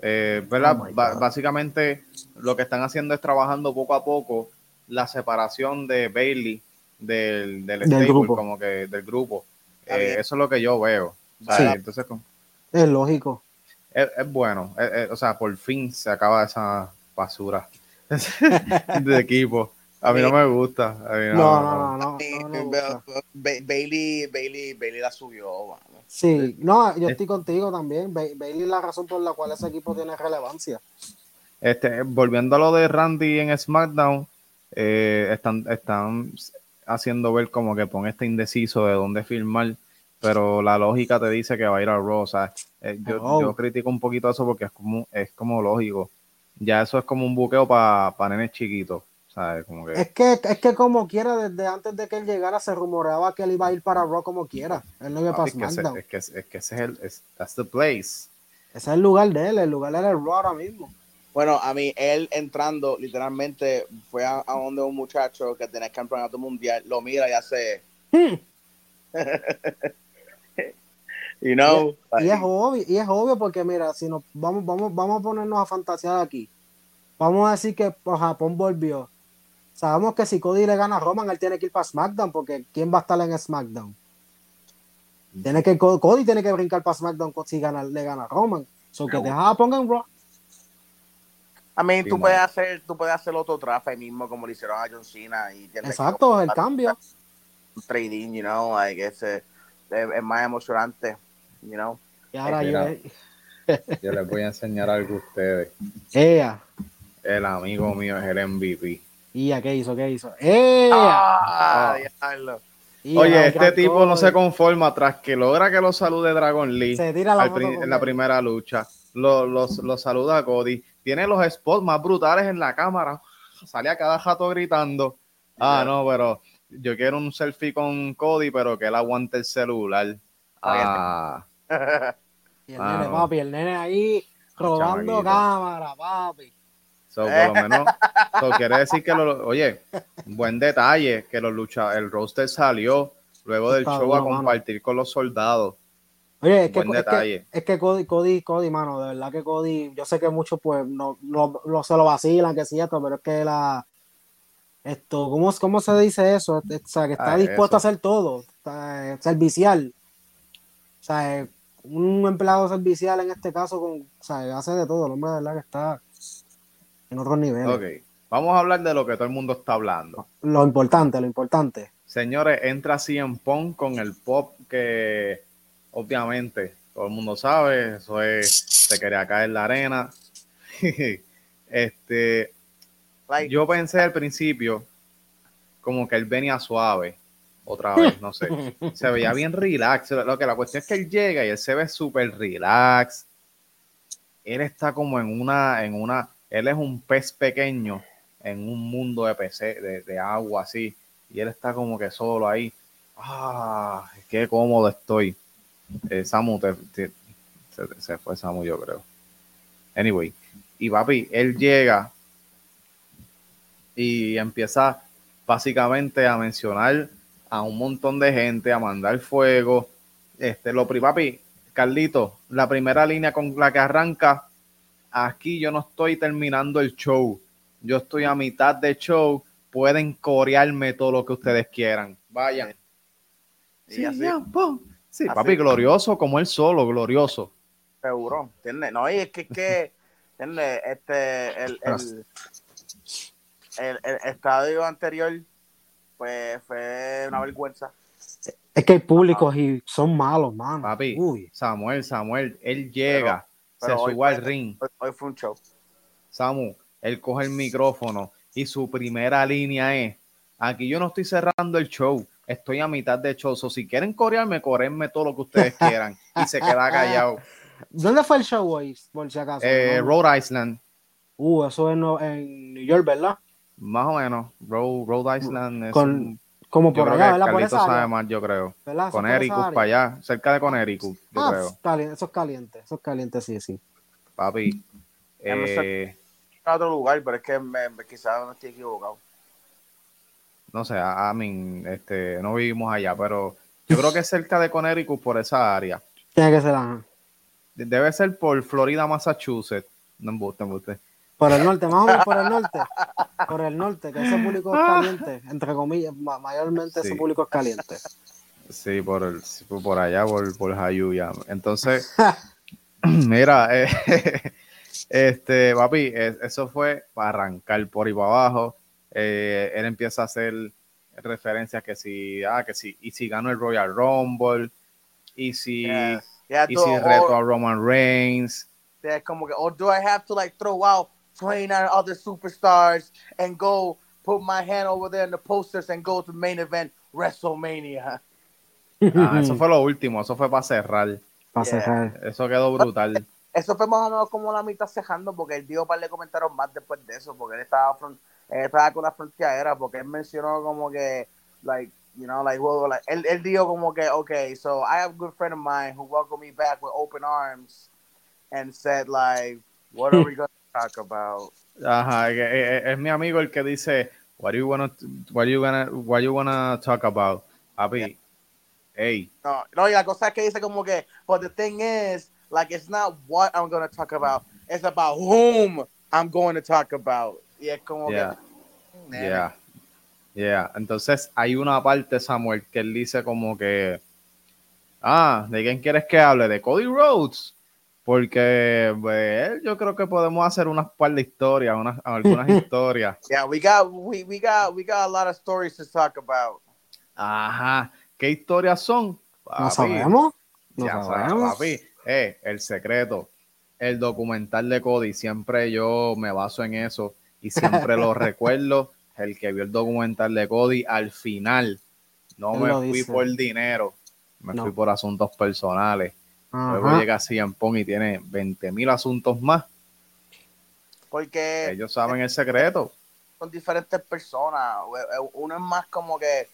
F: Eh, ¿verdad?
E: Oh my
F: Ba-
E: God.
F: básicamente lo que están haciendo es trabajando poco a poco la separación de Bailey del, del,
E: Del
F: stable,
E: grupo.
F: como que del grupo.
G: Está
F: Eh,
G: bien.
F: eso es lo que yo veo. O sea,
E: Sí.
F: entonces como-
E: Es lógico.
F: es, es bueno. Es- es- o sea, por fin se acaba esa basura de equipo. A mí no me gusta. A mí
E: No,
F: no,
E: no, no,
G: Sí,
E: no, no nos
G: Ba-
E: gusta.
G: Ba- Bailey, Bailey, Bailey la subió, mano.
E: Sí, no, yo estoy contigo también. Ba- Bailey es la razón por la cual ese equipo tiene relevancia.
F: Este, volviendo a lo de Randy en SmackDown, eh, están, están haciendo ver como que pon este indeciso de dónde filmar, pero la lógica te dice que va a ir a Raw. O sea, eh, yo,
E: Oh.
F: yo critico un poquito eso porque es como, es como lógico. Ya eso es como un buqueo para pa nenes chiquitos. ¿Sabes? Como que,
E: Es que, es que como quiera, desde antes de que él llegara, se rumoreaba que él iba a ir para Raw como quiera. Él no iba para
F: papi, es que ese,
E: SmackDown.
F: es que, es que ese es el, es, that's the place.
E: Ese es el lugar de él, el lugar de él es Raw ahora mismo.
G: Bueno, a mí, él entrando, literalmente, fue a, a donde un muchacho que tenía el campeonato mundial, lo mira y hace,
E: Hmm.
G: you know,
E: Y es obvio, y es obvio porque mira, si nos vamos, vamos, vamos a ponernos a fantasear aquí. Vamos a decir que pues, Japón volvió. Sabemos que si Cody le gana a Roman, él tiene que ir para SmackDown, porque ¿quién va a estar en SmackDown? Tiene que, Cody tiene que brincar para SmackDown si gana, le gana a Roman. So que deja a pongan Raw.
G: a mí,
F: Sí,
G: tú
F: man.
G: puedes hacer, tú puedes hacer otro draft ahí mismo, como le hicieron a John Cena, y tienes
E: Exacto, el cambio.
G: un trading, you know, like, es, es, es más emocionante, you know.
E: Y ahora
F: Mira.
E: yo.
F: Yo les voy a enseñar algo a ustedes.
E: Ea.
F: El amigo mío es el M V P.
E: ¿Y a qué hizo? ¿Qué hizo? ¡Ea!
G: Ah,
F: Ah.
G: diablo.
E: Y
F: Oye,
E: el
F: este
E: gran
F: tipo
E: Cody.
F: no se conforma tras que logra que lo salude Dragon Lee
E: Se tira la
F: al
E: foto
F: pri-
E: con
F: en la
E: él.
F: primera lucha. Lo, lo- lo saluda a Cody. Tiene los spots más brutales en la cámara. Sale a cada jato gritando. Ah,
G: Yeah.
F: no, pero yo quiero un selfie con Cody, pero que él aguante el celular. Ah,
E: Y el
F: Ah,
E: nene,
F: no.
E: papi, el nene ahí robando
F: Chamaquito.
E: cámara, papi.
F: so, por lo menos, so, quiere decir que, lo, oye, buen detalle, que los lucha, el roster salió luego del
E: Está
F: show
E: duro,
F: a compartir con los soldados.
E: Oye, es que,
F: Buen
E: es que,
F: detalle.
E: es que Cody, Cody, Cody, mano, de verdad que Cody, yo sé que muchos pues no, no, no se lo vacilan, que sí, esto, pero es que la esto, ¿cómo, cómo se dice eso? O sea, que está
F: Ah,
E: dispuesto
F: eso.
E: a hacer todo, está, eh, servicial. O sea, eh, un empleado servicial en este caso, con, o sea, hace de todo, el hombre de verdad que está en otros niveles.
F: Ok, vamos a hablar de lo que todo el mundo está hablando.
E: Lo importante, lo importante.
F: Señores, entra C M Punk con el pop que obviamente todo el mundo sabe, eso es, se quería caer en la arena. este,
G: Like,
F: yo pensé al principio como que él venía suave otra vez, no sé. Se veía bien relax. Lo que la cuestión es que él llega y él se ve súper relax. Él está como en una, en una, él es un pez pequeño en un mundo de pece, de, de agua así. Y él está como que solo ahí. Ah, qué cómodo estoy. Eh, Samu, te, te- se, se fue Samu, yo creo. Anyway, y papi, él llega y empieza básicamente a mencionar a un montón de gente, a mandar fuego. Este, lo pri- papi, Carlito, la primera línea con la que arranca, aquí yo no estoy terminando el show, yo estoy a mitad de show, pueden corearme todo lo que ustedes quieran. Vayan.
G: y
F: Sí,
G: así,
F: ya, pum. Sí,
G: así.
F: papi, glorioso como él solo, glorioso.
G: seguro, ¿entiendes? No, y es que, es que ¿entiendes? Este, el, el, el, el estadio anterior, pues, fue una vergüenza.
E: Es que hay públicos y son malos, mano.
F: Papi,
E: Uy.
F: Samuel, Samuel, él llega,
G: Pero
F: se
G: hoy
F: sube al
G: fue-
F: ring.
G: Hoy, hoy fue un show.
F: Samu, él coge el micrófono y su primera línea es, aquí yo no estoy cerrando el show, estoy a mitad de show, so, si quieren corearme, corenme todo lo que ustedes quieran. Y se queda callado.
E: ¿Dónde fue el show hoy, por si acaso?
F: Eh,
E: No.
F: Rhode Island,
E: Uh, eso es no- en New York, ¿verdad?
F: más o menos, Rhode, Rhode Island es
E: Con,
F: un-
E: como
F: yo
E: por
F: creo
E: allá,
F: que
E: ¿verdad? Por
F: Carlitos
E: esa
F: sabe
E: área.
F: más, yo creo.
E: ¿Verdad? Eso por esa
F: Connecticut,
E: área.
F: para allá, cerca de Connecticut, yo
E: Ah,
F: creo.
E: caliente, eso es caliente, eso es caliente, sí, sí.
F: Papi,
G: Ya no
F: eh,
G: A otro lugar, pero es que me, me- quizás no estoy equivocado.
F: no sé, a, a mí, este, no vivimos allá, pero yo creo que es cerca de Connecticut por esa área.
E: Tiene que ser, ajá.
F: Debe ser por Florida, Massachusetts. No embuste, embuste.
E: Por el norte, más o menos por el norte. Por el norte, que ese público es caliente, entre comillas, ma- mayormente
F: Sí.
E: ese público es caliente.
F: Sí, por, el, sí, por allá, por, por Jayuya. Entonces, mira, eh, este, papi, es- eso fue para arrancar por ahí para abajo. Eh, él empieza a hacer referencias que si, ah, que si, y si gano el Royal Rumble, y si,
G: Yes. Yeah,
F: y
G: do-
F: si reto
G: or-
F: a Roman Reigns.
G: yeah, como que, or do I have to like throw out twenty-nine other superstars and go put my hand over there in the posters and go to main event WrestleMania?
F: Ah, eso fue lo último, eso fue para cerrar.
E: Para
G: Yeah.
E: cerrar.
F: Eso quedó brutal.
G: Eso fue más o menos como la mitad cejando, porque él dio un par de comentarios más después de eso, porque él estaba, front, él estaba con la fronteadera, porque él mencionó como que, like, you know, like, well, like él, él dijo como que, okay, so I have a good friend of mine who welcomed me back with open arms and said, like, what are we going to talk about?
F: Ajá, es, es- es mi amigo el que dice, what do you wanna, what do you gonna, what you wanna talk about? Papi, hey,
G: No, no, y la cosa es que dice como que, but the thing is, like, it's not what I'm going to talk about, it's about whom I'm going to talk about. Y es como
F: yeah,
G: que,
F: yeah, yeah. Entonces hay una parte, Samuel, que él dice como que, ah, ¿de quién quieres que hable? ¿De Cody Rhodes? Porque pues, yo creo que podemos hacer unas par de historias, unas, algunas historias.
G: yeah, we got, we, we got, we got a lot of stories to talk about.
F: Ajá, ¿qué historias son?
E: ¿No
F: Papi,
E: sabemos? No
F: ya sabes,
E: sabemos.
F: papi, eh, el secreto, el documental de Cody, siempre yo me baso en eso y siempre lo recuerdo. El que vio el documental de Cody, al final no
E: Él
F: me
E: lo
F: fui
E: dice.
F: por dinero, me
E: No.
F: fui por asuntos personales. Luego
E: Ajá.
F: llega C M Punk y tiene veinte mil asuntos más.
G: Porque
F: Ellos saben el secreto.
G: son diferentes personas. Uno es más como que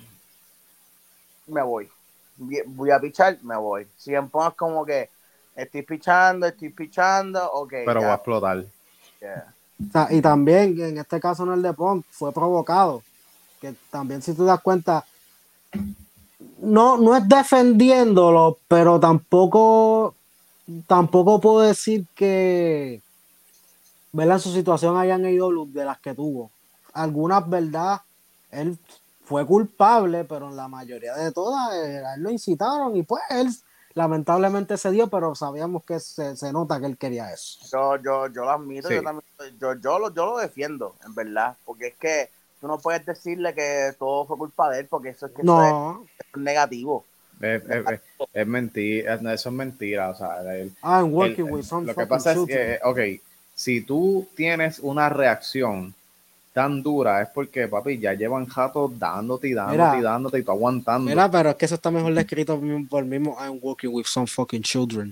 G: me voy. Voy a pichar, me voy. Si en es como que estoy pichando, estoy pichando, ok.
F: Pero
G: ya.
F: va a explotar.
G: Yeah.
E: O sea, y también, en este caso no el de Punk, fue provocado. Que también, si tú das cuenta, no, no es defendiéndolo, pero tampoco, tampoco puedo decir que, ¿verdad? En su situación hayan ido de las que tuvo. Algunas, ¿verdad? Él fue culpable, pero en la mayoría de todas, eh, a él lo incitaron y pues él lamentablemente se dio, pero sabíamos que se, se nota que él quería eso.
G: Yo, yo, yo lo admito,
F: Sí.
G: yo también, yo, yo, lo, yo lo defiendo, en verdad, porque es que tú no puedes decirle que todo fue culpa de él, porque eso es que eso
E: No.
G: es negativo.
F: Es, es- es- es mentira, eso es mentira. O sea, el-
E: I'm working
F: el-
E: with some
F: lo que
E: fucking
F: pasa es
E: children.
F: que, ok, si tú tienes una reacción tan dura, es porque, papi, ya llevan jato dándote y dándote
E: Mira.
F: y dándote y tú aguantando.
E: Mira, pero es que eso está mejor descrito por el mismo I'm working with some fucking children.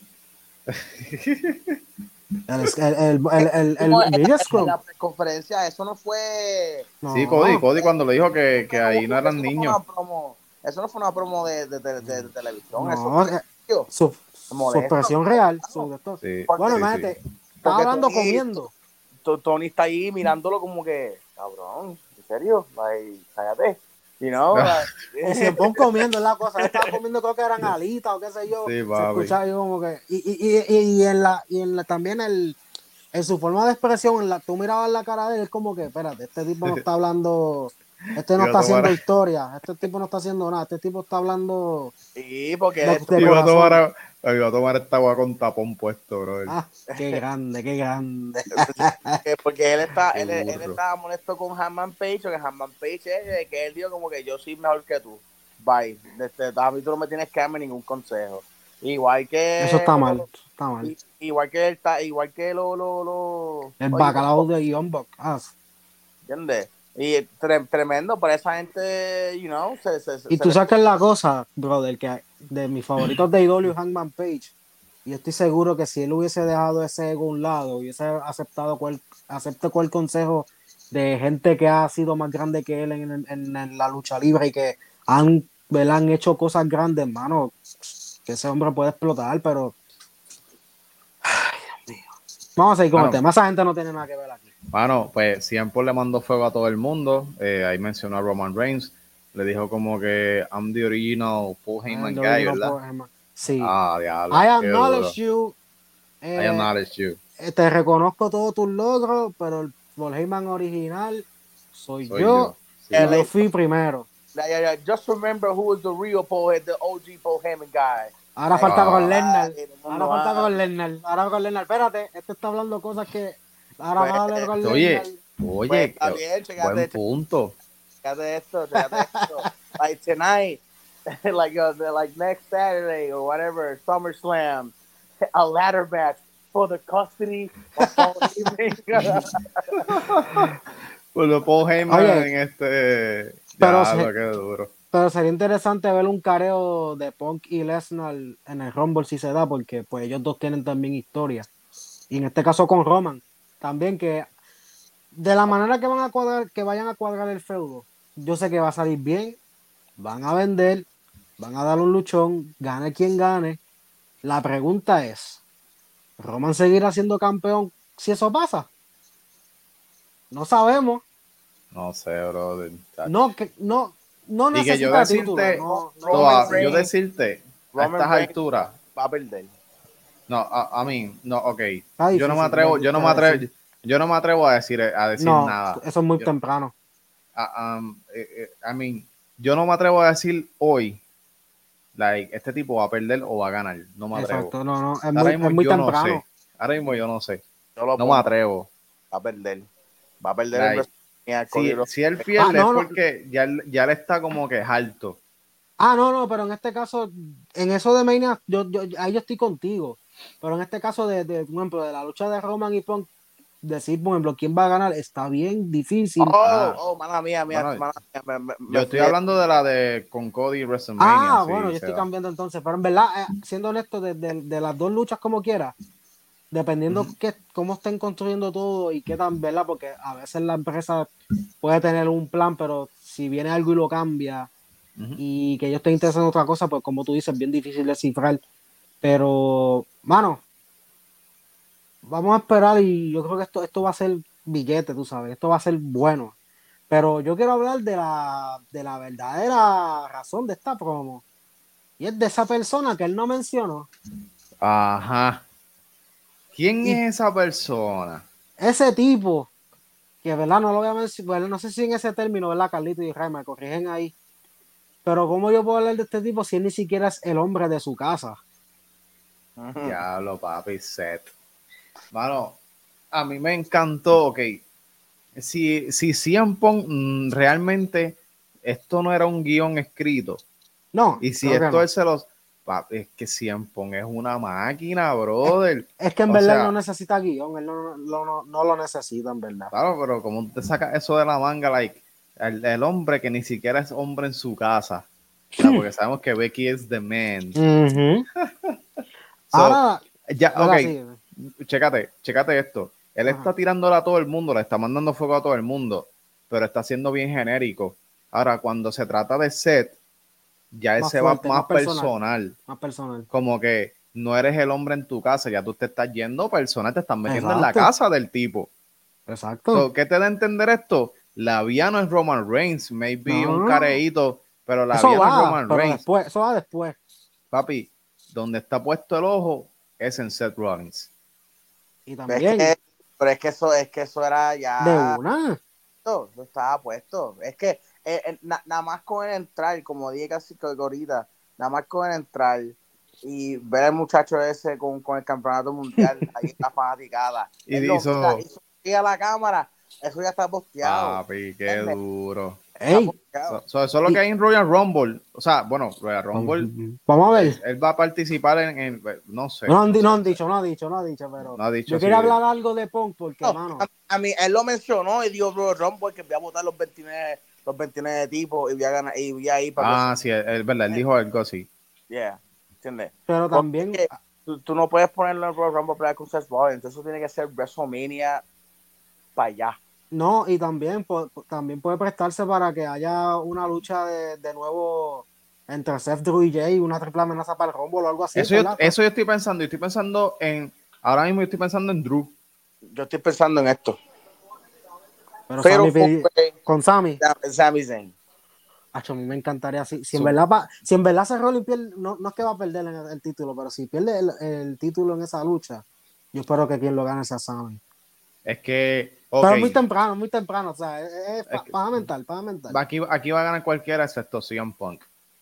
E: El, el, el, el, el, el
G: Como en,
E: video
G: en
E: scrum.
G: la conferencia, eso no fue.
E: No.
F: Sí, Cody, Cody cuando le dijo que, que ahí no
G: eso
F: eran
G: fue
F: niños.
G: una promo, eso no fue una promo de, de, de, de, de televisión.
E: No,
G: eso
E: eh,
G: fue,
E: su, su
G: molesto.
E: expresión real. Su, de todo.
F: Sí,
E: Bueno,
F: sí,
E: imagínate,
F: sí.
E: estaba
G: Porque
E: hablando
G: Tony-
E: comiendo.
G: T- Tony está ahí mirándolo como que, cabrón, ¿en serio? Like, cállate. You know,
E: Y se pone comiendo, es la cosa. Él estaba comiendo, creo que eran alitas o qué sé yo.
F: Sí,
E: Se
F: papi.
E: escuchaba yo como que. Y, y, y, y en la, y en la, también el, en su forma de expresión, en la, tú mirabas la cara de él, es como que, espérate, este tipo no está hablando. Este no
F: Iba a
E: está haciendo
F: tomar-
E: historia. Este tipo no está haciendo nada. Este tipo está hablando.
G: sí, porque
E: De-
G: él-
E: de-
F: Iba a,
E: corazón.
F: tomar, a- iba a tomar esta agua con tapón puesto, bro.
E: Ah, qué grande, qué grande.
G: que- porque él está,
F: Qué
G: él, él
F: burro.
G: estaba molesto con Hanman Page, o que Hanman Page es de que él dijo como que yo soy mejor que tú. Bye. Este, a mí tú no me tienes que darme ningún consejo. Igual que
E: Eso está mal. Eso está mal.
G: i- Igual que él está, igual que lo, lo, lo
E: El
G: oye,
E: bacalao de Young Buck. Ah,
G: ¿entiendes? Y tre- tremendo para esa gente, you know, se, se, se-
E: y
G: se
E: tú
G: le-
E: sacas la cosa, brother, que de mis favoritos de A E W, Hangman Page. Y yo estoy seguro que si él hubiese dejado ese ego a un lado, hubiese aceptado cual, acepte cual consejo de gente que ha sido más grande que él en, en- en la lucha libre y que han, ¿verdad? han hecho cosas grandes, hermano, que ese hombre puede explotar, pero. Ay, Dios mío. Vamos a seguir con
F: Bueno.
E: el tema. Esa gente no tiene nada que ver aquí.
F: Bueno, pues siempre le mandó fuego a todo el mundo. Eh, ahí mencionó a Roman Reigns. Le dijo como que I'm the original Paul Heyman
E: Ando,
F: guy,
E: no
F: ¿verdad?
E: puedo, Heyman. Sí.
F: Ah, diablo.
E: I
F: qué
E: acknowledge
F: duro.
E: you. eh,
F: I acknowledge you.
E: eh, te reconozco todos tus logros, pero el Paul Heyman original soy,
F: Soy
E: yo,
F: yo. Sí.
E: y yo fui primero.
G: Yeah, yeah, yeah. Just remember who was the real Paul, the O G Paul Heyman guy.
E: Ahora
G: Ay,
E: falta
F: ah.
E: con Lesnar.
G: ay, no,
E: Ahora
G: no,
E: falta
G: ah.
E: con Lesnar. Ahora con Lesnar. Espérate, este está hablando cosas que. Ahora
G: Pues,
E: va a hablar con
F: Oye,
E: Lesnar.
F: oye,
G: Pues, está
F: qué
G: bien, checate,
F: buen punto.
G: checate esto, checate esto. Like tonight, like uh, the, like next Saturday or whatever, SummerSlam, a ladder match for the custody of Paul Heyman.
F: Bueno, Paul Heyman
E: Oye,
F: en este.
E: pero
F: Ya,
E: se-
F: lo que duro.
E: Pero sería interesante ver un careo de Punk y Lesnar en el Rumble si se da, porque pues ellos dos tienen también historia. Y en este caso con Roman, también que de la manera que van a cuadrar, que vayan a cuadrar el feudo, yo sé que va a salir bien, van a vender, van a dar un luchón, gane quien gane. La pregunta es, ¿Roman seguirá siendo campeón si eso pasa? No sabemos.
F: No sé, brother. chacho.
E: No, que no, no
F: Y que yo
E: necesita título.
F: decirte,
E: No, no.
F: toda-
G: Roman
F: yo
G: Reigns-
F: decirte a
G: Roman
F: estas
G: Reigns
F: alturas,
G: va a perder.
F: no, a, a mí, no, ok.
E: Está
F: Yo no me
E: difícil,
F: atrevo,
E: me
F: yo no me
E: gustaría
F: atrevo, yo no me atrevo a decir, a decir
E: No,
F: nada.
E: eso es muy
F: Yo-
E: temprano.
F: a- um, eh, eh, I mean, yo no me atrevo a decir hoy, like, este tipo va a perder o va a ganar. No me atrevo.
E: Exacto, no, no, es
F: Ahora
E: muy,
F: mismo
E: es muy
F: yo
E: temprano.
F: no sé. Ahora mismo yo no sé.
G: Yo lo
F: No
G: pongo,
F: me atrevo.
G: va a perder. Va a perder
F: Like,
G: el WrestleMania,
F: Si,
G: Cody Rhodes.
F: si él pierde
E: Ah, no,
F: es
E: no.
F: porque ya, él- ya él está como que alto.
E: Ah, no, no, pero en este caso, en eso de Mania, yo, yo, ahí yo estoy contigo. Pero en este caso, de, de, por ejemplo, de la lucha de Roman y Punk, decir, por ejemplo, quién va a ganar, está bien difícil.
G: Oh,
F: Ah.
G: oh, mala mía, mía,
F: Bueno,
G: mala mía, me- me-
F: Yo
G: me
F: estoy
G: fui-
F: hablando de la de con Cody y WrestleMania.
E: Ah,
F: sí,
E: bueno, yo
F: se
E: estoy
F: da.
E: cambiando entonces. Pero en verdad, eh, siendo honesto, de, de- de las dos luchas como quiera, dependiendo
F: Ujú.
E: que, cómo estén construyendo todo y qué tan, ¿verdad? Porque a veces la empresa puede tener un plan, pero si viene algo y lo cambia
F: Ujú.
E: y que yo esté interesado en otra cosa, pues como tú dices, bien difícil de cifrar. Pero, mano, vamos a esperar y yo creo que esto, esto va a ser billete, tú sabes, esto va a ser bueno. Pero yo quiero hablar de la, de la verdadera razón de esta promo. Y es de esa persona que él no mencionó.
F: Ajá. ¿Quién
E: Y-
F: es esa persona?
E: Ese tipo, que verdad no lo voy a mencionar, no sé si en ese término, ¿verdad? Carlito y Ray me corrigen ahí. Pero ¿cómo yo puedo hablar de este tipo si él ni siquiera es el hombre de su casa?
G: Ujú.
F: Diablo, papi, Seth. Mano, a mí me encantó, ok. Si, si C M Punk mm, realmente esto no era un guión escrito,
E: No,
F: y si
E: creo que
F: esto
E: no.
F: él se los. Papi, es que C M Punk es una máquina, brother.
E: Es que en
F: O
E: verdad
F: sea,
E: él no necesita guión, él no, no, no, no lo necesita en verdad.
F: Claro, pero como te sacas eso de la manga, like, el, el hombre que ni siquiera es hombre en su casa. O sea, porque sabemos que Becky es the man.
E: Ujú.
F: So,
E: Ahora,
F: ya,
E: ¿verdad?
F: ok,
E: Sí.
F: chécate, chécate esto. Él
E: Ajá.
F: está tirándola a todo el mundo, le está mandando fuego a todo el mundo, pero está siendo bien genérico. Ahora, cuando se trata de Seth, ya él
E: Más
F: se
E: fuerte,
F: va más
E: más personal.
F: personal.
E: Más personal.
F: Como que no eres el hombre en tu casa, ya tú te estás yendo personal, te estás metiendo en la
E: Exacto.
F: casa del tipo.
E: Exacto.
F: So, ¿qué te da a entender esto? La vía no es Roman Reigns, maybe
E: No,
F: un
E: no.
F: careíto, pero la
E: Eso
F: vía no es
E: va,
F: Roman
E: pero
F: Reigns.
E: después, eso va después.
F: Papi, donde está puesto el ojo es en Seth Rollins.
E: Y
G: Pero es,
E: también,
G: que, pero es que eso, es que eso era ya.
E: de una.
G: Eso estaba puesto. Es que eh, eh, na- nada más con el entrar, como dije casi que ahorita, nada más con el entrar y ver al muchacho ese con, con el campeonato mundial, ahí está fanaticada.
F: Y
G: Él lo
F: hizo-
G: mira, hizo así a la cámara, eso ya está posteado.
F: Papi, qué
G: Ende.
F: duro.
G: Está
E: Ey,
G: posteado.
F: So, so, eso es lo que hay en Royal Rumble. O sea, bueno, Royal Rumble,
E: vamos a
F: él,
E: ver.
F: él va a participar en, en- no sé.
E: No han, di-
F: no
E: no
F: sé.
E: han dicho, no ha dicho, no ha dicho, pero
F: No ha dicho,
E: yo
F: sí.
E: quería hablar algo de Punk porque,
G: No,
E: mano,
G: a, a mí, él lo mencionó y dijo Royal Rumble que voy a votar los veintinueve, los veintinueve tipos y voy a ganar y voy a ir para
F: Ah, sí, es es verdad, él dijo algo así.
G: yeah, ¿entiendes?
E: pero también,
G: Porque tú, tú no puedes ponerlo en Royal Rumble para con Seth Rollins, eso tiene que ser WrestleMania para allá.
E: no, y también, po- también puede prestarse para que haya una lucha de, de nuevo entre Seth, Drew y Jay, una triple amenaza para el Rumble o algo así.
F: Eso yo,
E: ¿verdad?
F: eso yo estoy pensando, y estoy pensando en, ahora mismo yo estoy pensando en Drew.
G: Yo estoy pensando en esto.
E: Pero
G: Pero
E: Sami pidi-
G: fue
E: con Sammy,
G: Sami Zayn.
E: acho, a mí me encantaría si, si en
F: So-
E: verdad pa- si en verdad Seth Rollins pierde, no, no es que va a perder el, el título, pero si pierde el, el título en esa lucha, Yo espero que quien lo gane sea Sami.
F: Es que, ok,
E: Pero muy temprano, muy temprano, o sea, es, es
F: Es
E: pa-
F: que-
E: paja mental, paja mental.
F: aquí, aquí va a ganar cualquiera excepto C M Punk.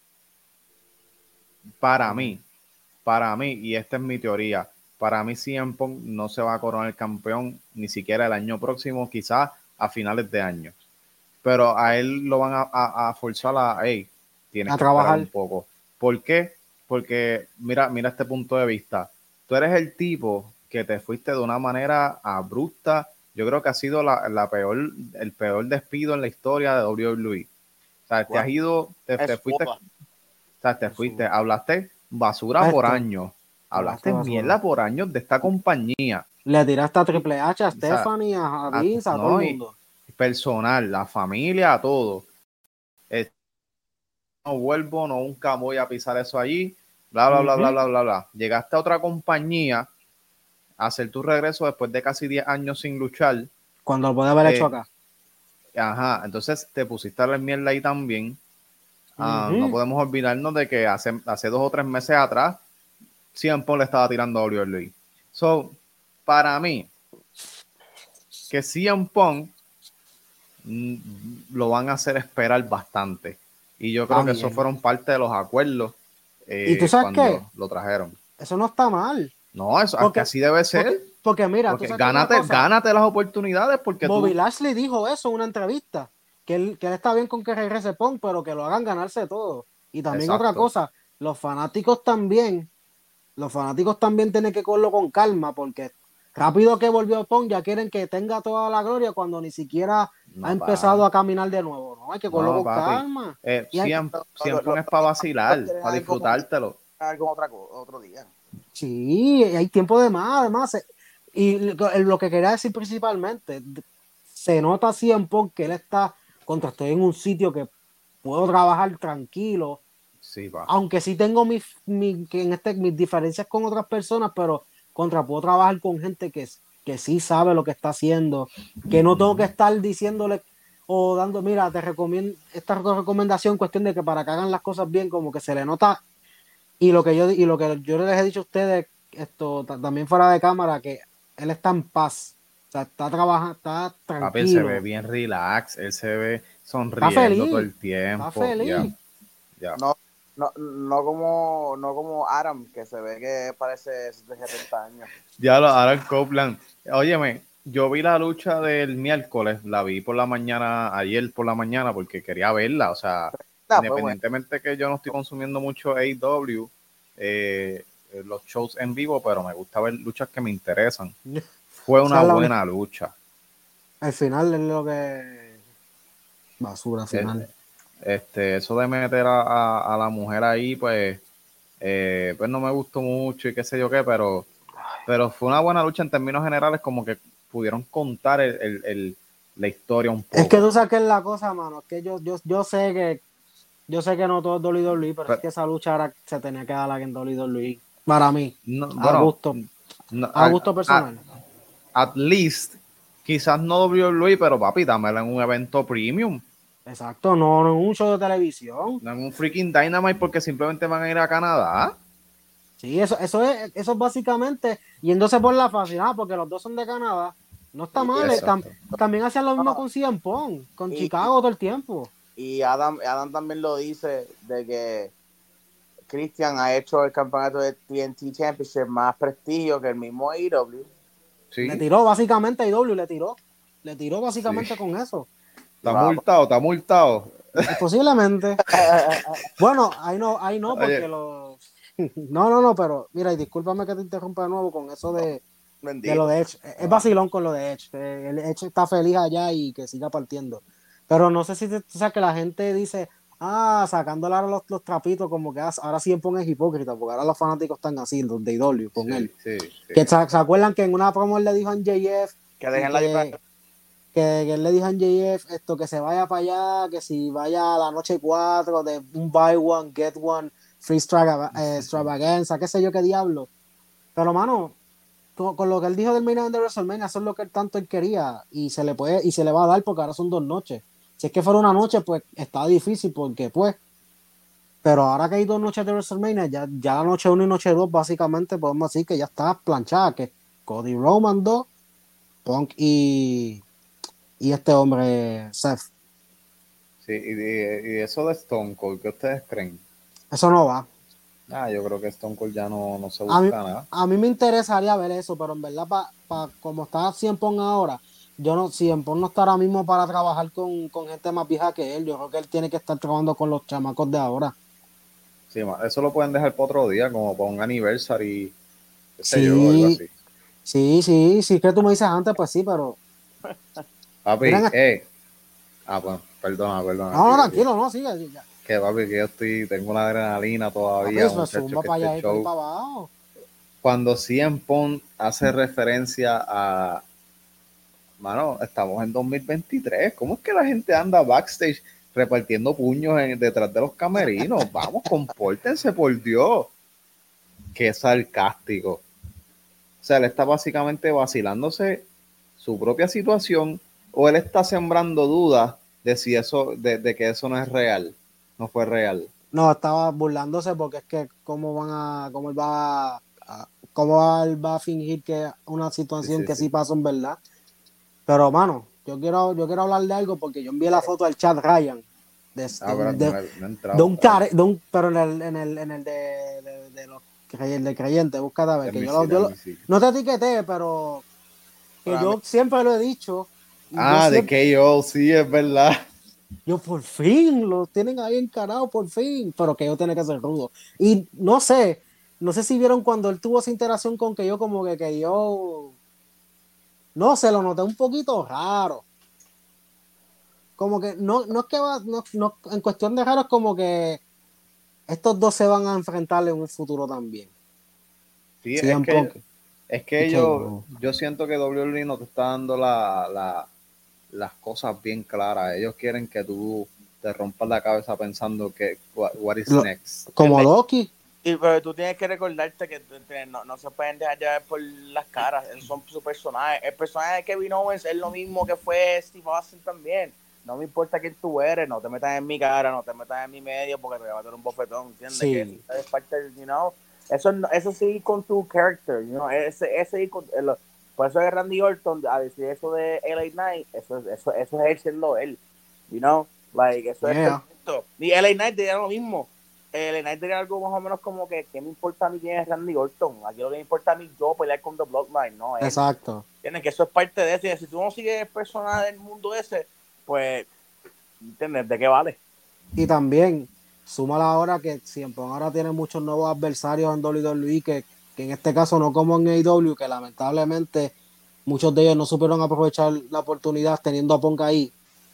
F: Para mí, para mí, y esta es mi teoría, para mí C M Punk no se va a coronar campeón ni siquiera el año próximo, quizás a finales de año. Pero a él lo van a, a, a forzar a, hey, tienes
E: A
F: que esperar
E: trabajar.
F: un poco. ¿Por qué? Porque mira, mira este punto de vista. Tú eres el tipo que te fuiste de una manera abrupta. Yo creo que ha sido la, la peor, el peor despido en la historia de W W E. O sea, te has ido, te, te
G: Es
F: fuiste,
G: boba.
F: o sea, te fuiste, hablaste basura por
E: Esto.
F: años,
E: Hablaste
F: hablaste
E: basura.
F: mierda por años de esta compañía.
E: Le tiraste a Triple H, a
F: O sea,
E: Stephanie, a
F: a-
E: Vince, a todo
F: no,
E: el
F: y
E: mundo.
F: personal, la familia, a todo. Eh, no vuelvo, no, nunca voy a pisar eso allí, bla, bla, bla, bla,
E: Ujú.
F: bla, bla, bla. Llegaste a otra compañía a hacer tu regreso después de casi diez años sin luchar.
E: Cuando lo puede haber
F: Eh,
E: hecho acá.
F: Ajá, entonces te pusiste a la mierda ahí también. Ah,
E: Ujú.
F: no podemos olvidarnos de que hace, hace dos o tres meses atrás C M Punk le estaba tirando a W W E. So, para mí, que C M Punk mm, lo van a hacer esperar bastante. Y yo creo que
E: También.
F: esos fueron parte de los acuerdos eh,
E: ¿Y tú sabes
F: cuando
E: qué?
F: lo trajeron.
E: Eso no está mal.
F: No, eso es
E: Porque-
F: que así debe ser.
E: Porque, porque mira,
F: Porque
E: tú sabes que una
F: gánate,
E: cosa,
F: gánate las oportunidades porque
E: Bobby
F: tú...
E: Lashley dijo eso en una entrevista, que él, que él está bien con que regrese Punk, pero que lo hagan ganarse todo. Y también
F: Exacto.
E: otra cosa, los fanáticos también, los fanáticos también tienen que cogerlo con calma, porque rápido que volvió Punk ya quieren que tenga toda la gloria cuando ni siquiera
F: No,
E: ha empezado
F: pa.
E: a caminar de nuevo. No, hay que cogerlo
F: No,
E: con
F: papi.
E: calma.
F: Eh,
E: Y hay-
F: siempre
G: Lo-
F: siempre
G: lo-
F: es para vacilar,
G: lo quieren
F: para
G: algo como-
F: disfrutártelo.
G: Algo otra co- otro día.
E: Sí, hay tiempo de más, además. eh, Y lo lo que quería decir principalmente, d- se nota siempre que él está contra, estoy en un sitio que puedo trabajar tranquilo,
F: Sí, pa.
E: aunque sí tengo mis, mi- que en este, mis diferencias con otras personas, pero contra puedo trabajar con gente que, que sí sabe lo que está haciendo, que no tengo que estar diciéndole o dando, mira, te recomiendo esta recomendación, cuestión de que para que hagan las cosas bien, como que se le nota. Y lo que yo y lo que yo les he dicho a ustedes, esto ta- también fuera de cámara, que él está en paz. O sea, está trabajando, está
F: Papi, él se
E: tranquilo.
F: ve bien relax, él se ve
E: Está
F: sonriendo
E: feliz.
F: todo el tiempo.
E: Está feliz.
F: Ya, ya.
G: No, no, no como, no como Adam, que se ve que parece de setenta años.
F: Ya lo Aaron Copeland. Óyeme, yo vi la lucha del miércoles, la vi por la mañana, ayer por la mañana, porque quería verla. O sea,
G: Ah, pues,
F: independientemente que yo no estoy consumiendo mucho A E W, eh, eh, los shows en vivo, pero me gusta ver luchas que me interesan. Fue una
E: Esa es la
F: buena lucha.
E: Al final es lo que. Basura, al final.
F: Este, eso de meter a, a, a la mujer ahí, pues, eh, pues no me gustó mucho y qué sé yo qué, pero, pero fue una buena lucha en términos generales, como que pudieron contar el, el, el- la historia un poco.
E: Es que tú saques la cosa, mano. Es que yo, yo, yo sé que. Yo sé que no todo es W W E, pero,
F: Pero-
E: es que esa lucha era, se tenía que dar aquí en W W E. Para mí.
F: No,
E: a
F: bueno,
E: gusto.
F: no,
E: A gusto personal.
F: At, at least, quizás no W W E, pero papi, dámela en un evento premium,
E: Exacto, no, no en un show de televisión.
F: no en un freaking Dynamite porque simplemente van a ir a Canadá.
E: Sí, eso, eso es, eso es básicamente yéndose por la fácil, ah, porque los dos son de Canadá. No está
G: Sí,
E: mal. eh, tam-
F: exacto.
E: también hacían lo mismo
G: No.
E: con C M Punk, con
G: Y-
E: Chicago todo el tiempo.
G: Y Adam, Adam también lo dice de que Christian ha hecho el campeonato de T N T Championship más prestigio que el mismo A E W.
F: Sí,
E: Le tiró básicamente a I W, le tiró. Le tiró básicamente con eso.
F: está
G: Wow.
F: multado, está multado.
E: Y posiblemente. Bueno, ahí no, ahí no, porque
F: Oye.
E: los. No, no, no, pero mira, y discúlpame que te interrumpa de nuevo con eso de, de lo de Edge. Es vacilón con lo de Edge. Eh, El Edge está feliz allá y que siga partiendo. Pero no sé si te, o sea, que la gente dice, ah, sacándole ahora los, los trapitos, como que ah, ahora sí es hipócrita, porque ahora los fanáticos están así, los de I W con
F: Sí,
E: él.
F: sí, sí.
E: Que se, se acuerdan que en una promo él le dijo a J F
G: Que dejen la
E: que,
G: libertad.
E: que, que él le dijo a J F esto, que se vaya para allá, que si vaya a la noche cuatro de un buy one, get one, free extrava- eh, extravaganza, qué sé yo qué diablo. Pero mano, con, con lo que él dijo del main event de WrestleMania, eso es lo que él tanto él quería y se le puede y se le va a dar porque ahora son dos noches. Si es que fuera una noche, pues está difícil porque pues, pero ahora que hay dos noches de WrestleMania, ya, ya la noche uno y noche dos básicamente podemos decir que ya está planchada, que Cody Roman dos, Punk y, y este hombre, Seth.
F: Sí, y, y, y eso de Stone Cold, ¿qué ustedes creen?
E: Eso no va.
F: Ah, yo creo que Stone Cold ya no, no se
E: A mí,
F: busca nada.
E: a mí me interesaría ver eso, pero en verdad, pa, pa, como está C M Punk ahora, yo no, C M Punk no está ahora mismo para trabajar con, con gente más vieja que él. Yo creo que él tiene que estar trabajando con los chamacos de ahora.
F: Sí, eso lo pueden dejar para otro día, como para un anniversary, qué sé
E: Sí,
F: yo, algo así.
E: sí, sí, sí, que tú me dices antes, pues sí, pero.
F: Papi,
E: Miren,
F: eh. Ah, bueno, perdona, perdona.
E: no, no,
F: tío,
E: tranquilo,
F: tío.
E: no, sigue. sigue.
F: Que papi, que yo estoy, tengo una adrenalina
E: Papi,
F: todavía,
E: pues
F: muchachos,
E: zumba
F: que
E: para
F: este
E: allá y para,
F: show.
E: para abajo.
F: Cuando C M Punk hace referencia a, mano, estamos en dos mil veintitrés, ¿cómo es que la gente anda backstage repartiendo puños en, detrás de los camerinos? Vamos, compórtense, por Dios. Qué sarcástico. O sea, él está básicamente vacilándose su propia situación, o él está sembrando dudas de si eso, de, de que eso no es real, no fue real.
E: No, estaba burlándose porque es que cómo van a, cómo él va a, a- cómo él va a fingir que una
F: Sí,
E: situación
F: sí,
E: que
F: sí.
E: sí pasó en verdad. Pero, mano, yo quiero, yo quiero hablar de algo porque yo envié la foto del Chad Ryan. De,
F: Ah,
E: de un,
F: espérate, no,
E: de,
F: he- no he
E: de
F: entrado.
E: un care- de un- pero en el, en el, en el de, de, de los crey- de creyentes, busca a ver,
F: Let
E: que
F: me
E: yo,
F: see,
E: lo, yo
F: let
E: lo-
F: me see.
E: no te etiqueté, pero que
G: Para mí,
E: yo siempre lo he dicho, y yo
F: Ah, de
E: siempre,
F: K O, sí, es verdad.
E: yo por fin lo tienen ahí encarado, por fin, pero que yo tiene que ser rudo. Y no sé, no sé si vieron cuando él tuvo esa interacción con que yo, como que, que yo, no sé, lo noté un poquito raro. Como que no, no es que va, no, no, en cuestión de raro es como que estos dos se van a enfrentar en un futuro también.
F: Sí,
E: C
F: es
E: M
F: que,
E: Punk
F: es
E: y
F: que ellos,
E: K O.
F: yo siento que W W E no te está dando la, la, las cosas bien claras. Ellos quieren que tú te rompas la cabeza pensando que what, what is
E: Lo-
F: next.
E: Como
G: ¿entiendes?
E: Loki.
G: Y, pero tú tienes que recordarte que tú- que no, no se pueden dejar llevar por las caras. Esos son su personaje. El personaje de Kevin Owens es lo mismo que fue Steve Austin también. No me importa quién tú eres, no te metas en mi cara, no te metas en mi medio porque te voy a dar un bofetón, ¿entiendes?
E: Sí.
G: Que eso es parte del, you know, eso, no- eso sí con tu character, you know, ese, ese ir con, el- por eso es Randy Orton a decir eso de L A Knight, eso, eso, eso es él siendo él, you know, like, eso es
E: Yeah.
G: perfecto. Y L A Knight diría lo mismo. El Knight diría algo más o menos como que, ¿qué me importa a mí quién es Randy Orton? Aquí lo que me importa a mí yo pelear con The Bloodline, no él.
E: Exacto.
G: ¿Entiendes? Que eso es parte de eso. Y si tú no sigues el personaje del mundo ese, pues, ¿entiendes? ¿De qué vale?
E: Y también, suma la hora que siempre ahora tiene muchos nuevos adversarios en W W E que, que en este caso no como en A E W, que lamentablemente muchos de ellos no supieron aprovechar la oportunidad teniendo a Punk ahí.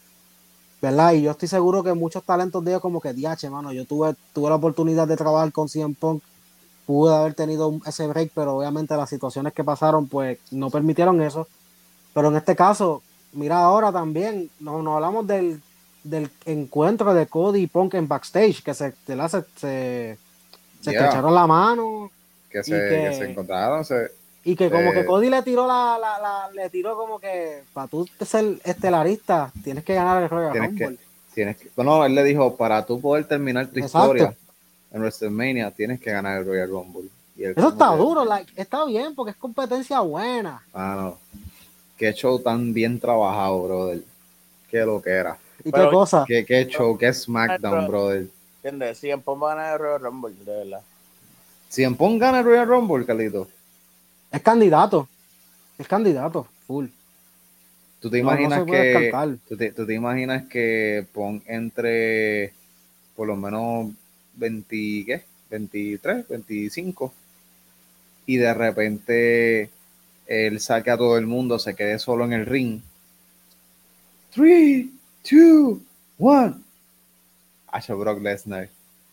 E: ¿Verdad? Y yo estoy seguro que muchos talentos de ellos como que, diache, mano, yo tuve, tuve la oportunidad de trabajar con C M Punk, pude haber tenido un- ese break, pero obviamente las situaciones que pasaron pues no permitieron eso. Pero en este caso, mira ahora también, nos, nos hablamos del, del encuentro de Cody y Punk en backstage, que se, se, se, se, se
F: Yeah.
E: estrecharon la mano
F: Que
E: y
F: se,
E: que,
F: que se encontraron, se,
E: y que como que
F: eh,
E: Cody le tiró la, la, la- le tiró como que para tú ser estelarista tienes que ganar el Royal
F: tienes
E: Rumble.
F: que, tienes que, bueno, él le dijo, para tú poder terminar tu
E: Exacto.
F: historia en WrestleMania, tienes que ganar el Royal Rumble. Y él
E: Eso
F: como
E: está
F: que,
E: duro, like, está bien porque es competencia buena.
F: ah, no, qué show tan bien trabajado, brother. Qué lo que era.
E: ¿Y
G: Pero,
E: qué cosa?
F: Qué, qué show, qué SmackDown, brother.
G: ¿entiendes? Si en Punk va a ganar el Royal Rumble, de verdad.
F: Si en Punk gana el Royal Rumble, Carlito,
E: Es candidato. Es candidato, full.
F: ¿tú te
E: No, no
F: imaginas
E: se puede
F: que
E: descartar.
F: tú te, tú te imaginas que Punk entre por lo menos veinte, ¿qué? veintitrés, veinticinco y de repente él saque a todo el mundo, se quede solo en el ring? three, two, one. Hacho, Brock Lesnar.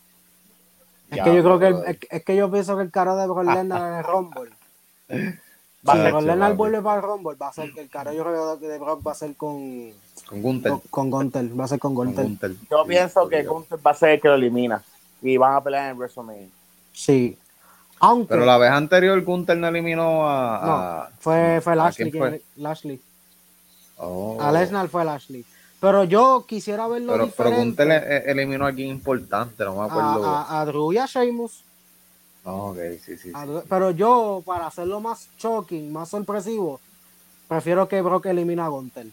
E: Es
F: Ya,
E: que yo creo que el-
F: brother.
E: es, es que yo pienso que el cara de Brock Lesnar en el Rumble. Si
F: Hacho,
E: Brock Lesnar
F: papi.
E: vuelve para el Rumble, va a ser el cara yo creo que de Brock va a ser con
F: Con Gunther.
E: con, con Gunther, va a ser con
F: Con
E: Gunther.
F: Gunther.
G: Yo
F: Sí,
G: pienso que
F: obligado.
G: Gunther va a ser el que lo elimina. Y van a pelear en WrestleMania.
E: Sí. Aunque
F: Pero la vez anterior Gunther no eliminó a...
E: no,
F: a-
E: fue fue
F: ¿a
E: Lashley,
F: quién fue?
E: quien- Lashley.
F: Oh.
E: A Lesnar fue Lashley. Pero yo quisiera verlo
F: Pero, pero
E: diferente
F: Gunther e- eliminó a alguien importante, no me acuerdo.
E: a, a, a Drew y a Sheamus.
F: Oh, ok, sí, sí, sí.
E: Pero yo, para hacerlo más shocking, más sorpresivo, prefiero que Brock elimine a Gunther.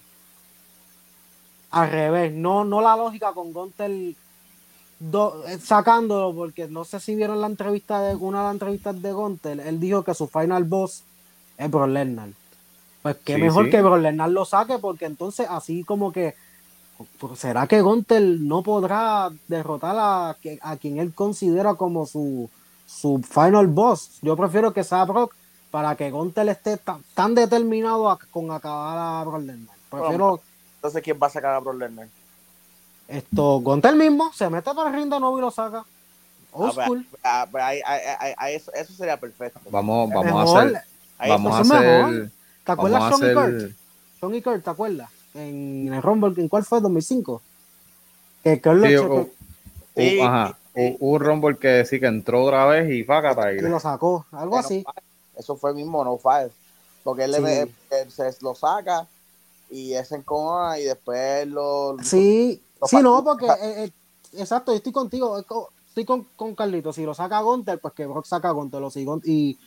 E: Al revés, no, no la lógica con Gunther do- eh, sacándolo, porque no sé si vieron la entrevista de una de las entrevistas de Gunther, él dijo que su final boss es Brock Lesnar. Pues qué
F: Sí,
E: mejor
F: sí.
E: que Brock Lesnar lo saque, porque entonces así como que pues, ¿será que Gunther no podrá derrotar a, que- a quien él considera como su, su final boss? Yo prefiero que sea Brock para que Gunther esté tan, tan determinado a- con acabar a Brock Lesnar.
G: Bueno,
E: Prefiero
G: entonces, ¿quién va a sacar a Brock Lesnar?
E: esto, Gunther mismo se mete para el ring de nuevo y lo saca.
G: Ah,
E: Old
G: pues,
E: school.
G: ah, pues, ahí- ahí- ahí- ahí- eso, eso sería perfecto.
F: Vamos, vamos a
E: Mejor.
F: hacer,
G: Ahí
F: vamos a
E: Eso es mejor.
F: hacer,
E: ¿Te
F: vamos
E: acuerdas
F: a
E: Shawn y Kurt?
F: hacer,
E: Shawn y Kurt, ¿te acuerdas? En el Rumble, ¿en cuál fue? ¿dos mil cinco? Que Kurt lo
F: sí,
E: chocó
F: u- u-
G: Sí,
F: ajá,
G: sí.
F: u- un Rumble que sí que entró otra vez y fácata
E: y
F: y
E: lo sacó. Algo
G: Eh, no
E: así.
G: falla. Eso fue mismo, no falla. Porque él, le,
E: Sí.
G: él- él se lo saca y es en coma y después lo.
E: Sí,
G: lo
E: sí, no,
G: factura.
E: porque eh, eh, exacto, yo estoy contigo, es co- estoy con, con Carlito. Si lo saca Gunter, pues que Brock saca a Gunter. O si Gun- y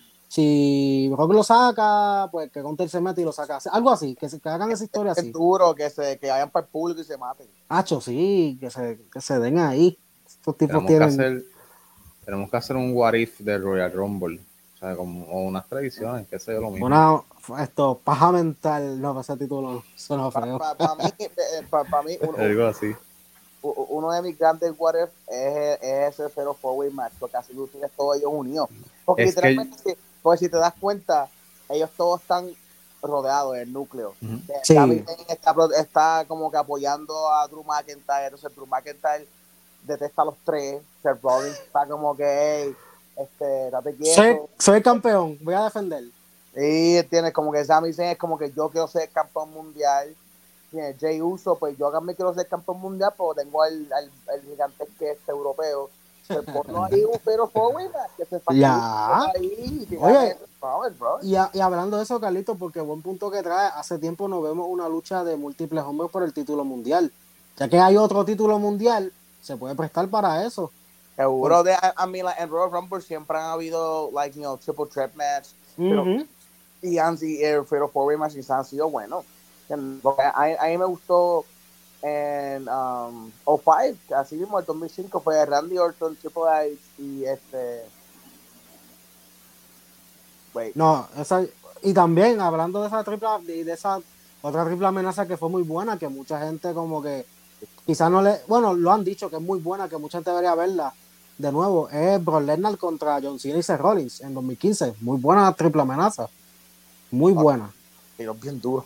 E: si Brock lo saca, pues que Gunter se mete y lo saca. Algo así, que, se, que hagan esa historia
G: Es
E: así.
G: duro que se que vayan para el público y se maten.
E: Hacho, sí, que se, que se den ahí. Estos tipos
F: tenemos que
E: tienen
F: hacer, tenemos que hacer un what if del Royal Rumble, o sea, como o unas predicciones, que sé yo lo mismo.
E: una esto, paja mental. No, ese título suena feo.
G: Para pa, pa mí, eh, pa, pa mí uno,
F: Algo así.
G: uno de mis grandes what if es, es ese Zero Four Way Match, porque así tú tienes todos ellos unidos. Porque
F: Es
G: literalmente, si, porque si te das cuenta, ellos todos están rodeados del núcleo.
F: Ujú.
G: Eh,
E: Sí.
G: Sami Zayn está, pro- está como que apoyando a Drew McIntyre, entonces Drew McIntyre detesta a los tres, Seth Rollins está como que, hey, este, date
E: Soy,
G: quieto.
E: soy campeón, voy a defender.
G: Y tienes como que Sami Zayn es como que yo quiero ser campeón mundial. Tiene Jay Uso, pues yo también quiero ser campeón mundial, pero tengo al, al, al gigantesco este europeo. Pues ponlo ahí un pero forward, que se
E: Ya.
G: ahí. Y
E: Oye,
G: power, bro.
E: Y, a- y hablando de eso, Carlito, porque buen punto que trae, hace tiempo no vemos una lucha de múltiples hombres por el título mundial. Ya que hay otro título mundial, se puede prestar para eso.
G: Seguro de, a mí, like, en Royal Rumble siempre han habido, like, you know, triple threat match. Pero,
E: Ujú.
G: y han sido, el Fatal Four Way match han sido buenos. Porque a, a mí me gustó en um, oh five, así mismo el dos mil cinco fue Randy Orton, Triple H y este. Wait.
E: No, esa, y también hablando de esa triple, de, de esa otra triple amenaza que fue muy buena, que mucha gente como que quizás no le, bueno, lo han dicho que es muy buena, que mucha gente debería verla. De nuevo, es Brock Lesnar contra John Cena y Seth Rollins en dos mil quince. Muy buena triple amenaza. Muy buena.
G: Pero bien duro.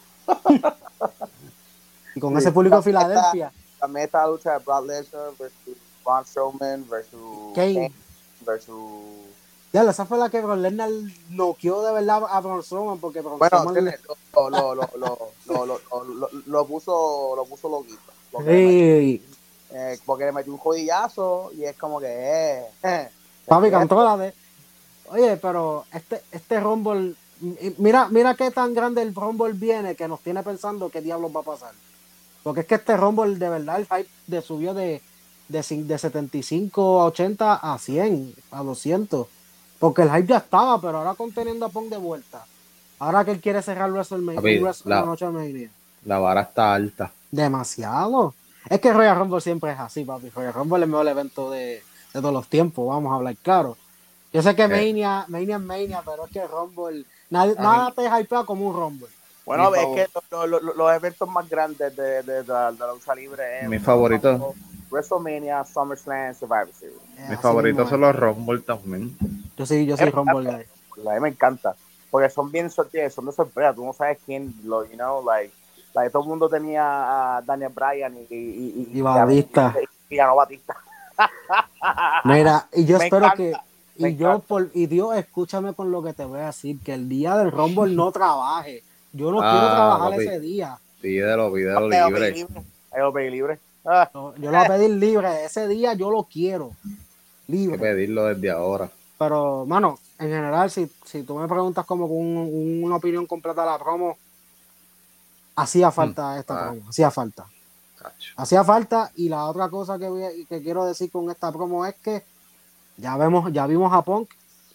E: Y con
G: Sí,
E: ese público de
G: también está-
E: Filadelfia.
G: También está la lucha de Brock Lesnar versus Braun Strowman versus
E: Kane.
G: Kane versus.
E: Ya, esa fue la que Brock Lesnar noqueó de verdad a Braun Strowman, porque Braun
G: Bueno,
E: Strowman
G: tiene- lo, lo, lo, lo, lo, lo, lo, lo, lo puso lo puso loquito. Lo que le
E: sí,
G: metió, eh, porque le metió un jodillazo y es como que eh, eh,
E: papi,
G: eh,
E: cantó la de. Oye, pero este, este Rumble, m- mira, mira qué tan grande el Rumble viene que nos tiene pensando qué diablos va a pasar. Porque es que este Rumble, de verdad, el hype de, subió de, de, cin- de setenta y cinco a ochenta a cien, a doscientos. Porque el hype ya estaba, pero ahora conteniendo a Punk de vuelta. Ahora que él quiere cerrar WrestleMania,
F: Papi,
E: un Wrestle-
F: la-
E: una noche de Mania.
F: La vara está alta.
E: Demasiado. Es que Royal Rumble siempre es así, papi. Royal Rumble es el mejor evento de, de todos los tiempos, vamos a hablar claro. Yo sé que
F: Eh.
E: Mania, Mania es Mania, pero es que Rumble, nadie-
F: A
E: nada
F: mí-
E: te hypea como un Rumble.
G: Bueno,
F: Mi
G: es
F: favor-
G: que lo- lo- lo- los eventos más grandes de, de, de, la, de la lucha libre es
F: Mi favorito.
G: WrestleMania, SummerSlam, Survivor Series.
E: Eh,
F: Mis
E: así
F: favoritos
E: mismo
F: son
E: es.
F: los Rumble también.
E: Yo sí, yo soy
G: Eh,
E: Rumble guy.
G: A mí me encanta. Porque son bien sorteados, son de sorpresa. Tú no sabes quién, lo, you know, like, like, todo el mundo tenía a Daniel Bryan y, y, y,
E: Y Batista.
G: Y, y ganó Batista.
E: Mira, y yo
G: Me
E: espero
G: encanta,
E: que,
G: me
E: y yo
G: encanta.
E: por, y Dios, escúchame con lo que te voy a decir, que el día del Rumble no trabaje. Yo no
F: Ah,
E: quiero trabajar
F: papi.
E: ese día.
F: Pídelo, pídelo
G: Hay que pedir
F: libre.
G: libre. Hay que pedir libre. Ah,
E: No, yo lo voy a pedir libre. Ese día yo lo quiero.
F: Hay que
E: Libre.
F: pedirlo desde ahora.
E: Pero, mano, en general, si, si tú me preguntas como con un- una opinión completa de la promo, hacía falta esta
F: ah.
E: promo, hacía falta.
F: Cacho.
E: Hacía falta, y la otra cosa que, voy a- que quiero decir con esta promo es que ya vemos, ya vimos a Punk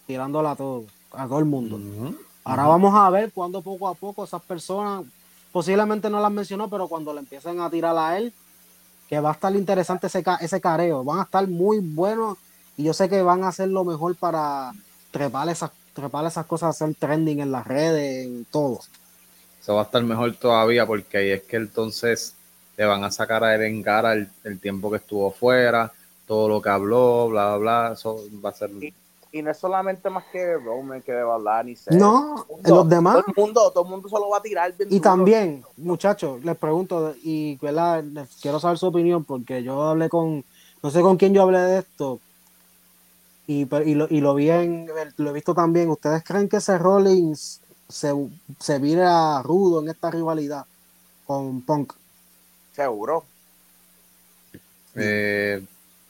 E: tirándola a todo, a todo el mundo.
F: Uh-huh.
E: Ahora uh-huh. vamos a ver cuando poco a poco esas personas, posiblemente no las mencionó, pero cuando le empiecen a tirar a él, que va a estar interesante ese, ese careo, van a estar muy buenos y yo sé que van a hacer lo mejor para trepar esas, trepar esas cosas, hacer trending en las redes, en todo.
F: Eso va a estar mejor todavía porque ahí es que entonces le van a sacar a él en cara el, el tiempo que estuvo fuera, todo lo que habló, bla, bla, bla, eso va a ser...
G: Y, y no es solamente más que Roman que debe hablar ni ser.
E: No, mundo, los demás...
G: Todo el mundo, todo el mundo se lo va a tirar bien
E: Y
G: duro.
E: también, muchachos, les pregunto, y ¿verdad? Les quiero saber su opinión, porque yo hablé con, no sé con quién yo hablé de esto, y, y, lo, y lo vi en, lo he visto también. ¿Ustedes creen que ese Rollins se, se vire a rudo en esta rivalidad con Punk?
G: Seguro.
F: Eh,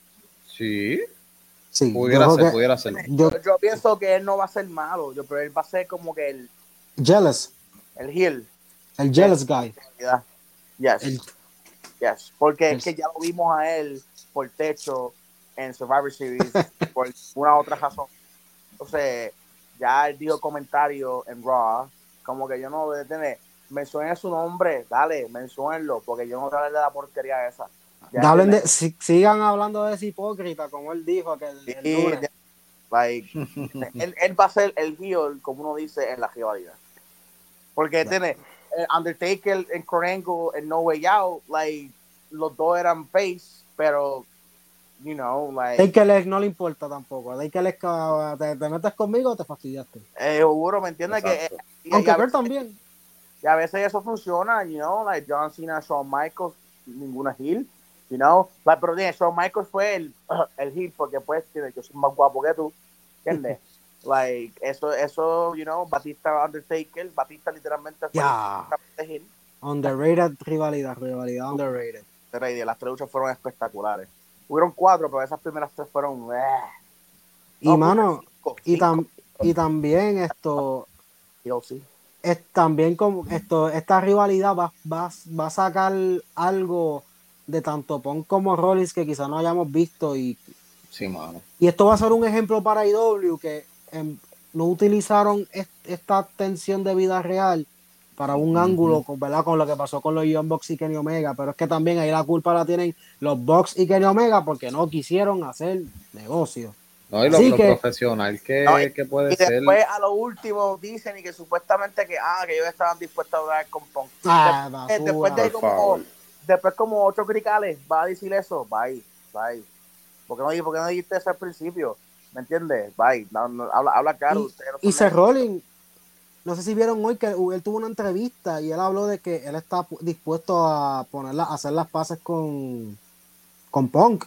F: sí.
E: Sí,
F: pudiera ser, que, pudiera ser.
G: Yo, yo pienso que él no va a ser malo, yo, pero él va a ser como que el...
E: Jealous.
G: El heel.
E: El jealous guy.
G: Yes.
E: El,
G: yes. Porque el, es que ya lo vimos a él por techo en Survivor Series por una otra razón. Entonces, ya él dijo comentario en Raw, como que yo no voy a tener, mencionen su nombre, dale, menciónenlo, porque yo no voy a hablar de la porquería esa.
E: Ya hablen de, si, sigan hablando de ese hipócrita, como él dijo que el, el lunes.
G: Like, él, él va a ser el heel, como uno dice, en la rivalidad. Porque yeah. tiene Undertaker en Kurt Angle en No Way Out, like, los dos eran face, pero you know, like...
E: Taker no le importa tampoco. Taker te, te metes conmigo o te fastidiaste.
G: Eh, seguro, ¿me entiendes? Que,
E: y, Aunque ver también.
G: Y a veces eso funciona, you know, like John Cena, Shawn Michaels, ninguna heel, you know. Like, pero bien, Shawn Michaels fue el, uh, el heel porque pues, yo soy más guapo que tú, ¿entiendes? Like, eso, eso, you know, Batista Undertaker, Batista literalmente fue
E: yeah.
G: el heel.
E: Underrated rivalidad, rivalidad underrated.
G: Las tres luchas fueron espectaculares. Hubieron cuatro, pero esas primeras tres fueron... Eh.
E: Y no, mano, cinco, y, cinco. Tam, y también esto...
G: Yo sí.
E: Es, también como esto, esta rivalidad va, va, va a sacar algo de tanto Punk como Rollins que quizás no hayamos visto y,
F: sí, mano.
E: Y esto va a ser un ejemplo para I W que em, no utilizaron est, esta tensión de vida real para un uh-huh. ángulo, con, ¿verdad? Con lo que pasó con los Young Bucks y Kenny Omega, pero es que también ahí la culpa la tienen los Bucks y Kenny Omega porque no quisieron hacer negocio.
F: No, y lo, lo que, profesional que,
G: no, y,
F: que puede
G: y
F: ser.
G: Y después a lo último dicen y que supuestamente que, ah, que ellos estaban dispuestos a hablar con Punk.
E: Ah,
G: después, después de como, después como ocho cricales va a decir eso, bye, bye. ¿Por qué no, por qué no dijiste eso al principio? ¿Me entiendes? Bye, no, no, habla, habla claro.
E: Y, y Seth Rollins, no sé si vieron hoy que él tuvo una entrevista y él habló de que él está dispuesto a ponerla, a hacer las paces con, con Punk.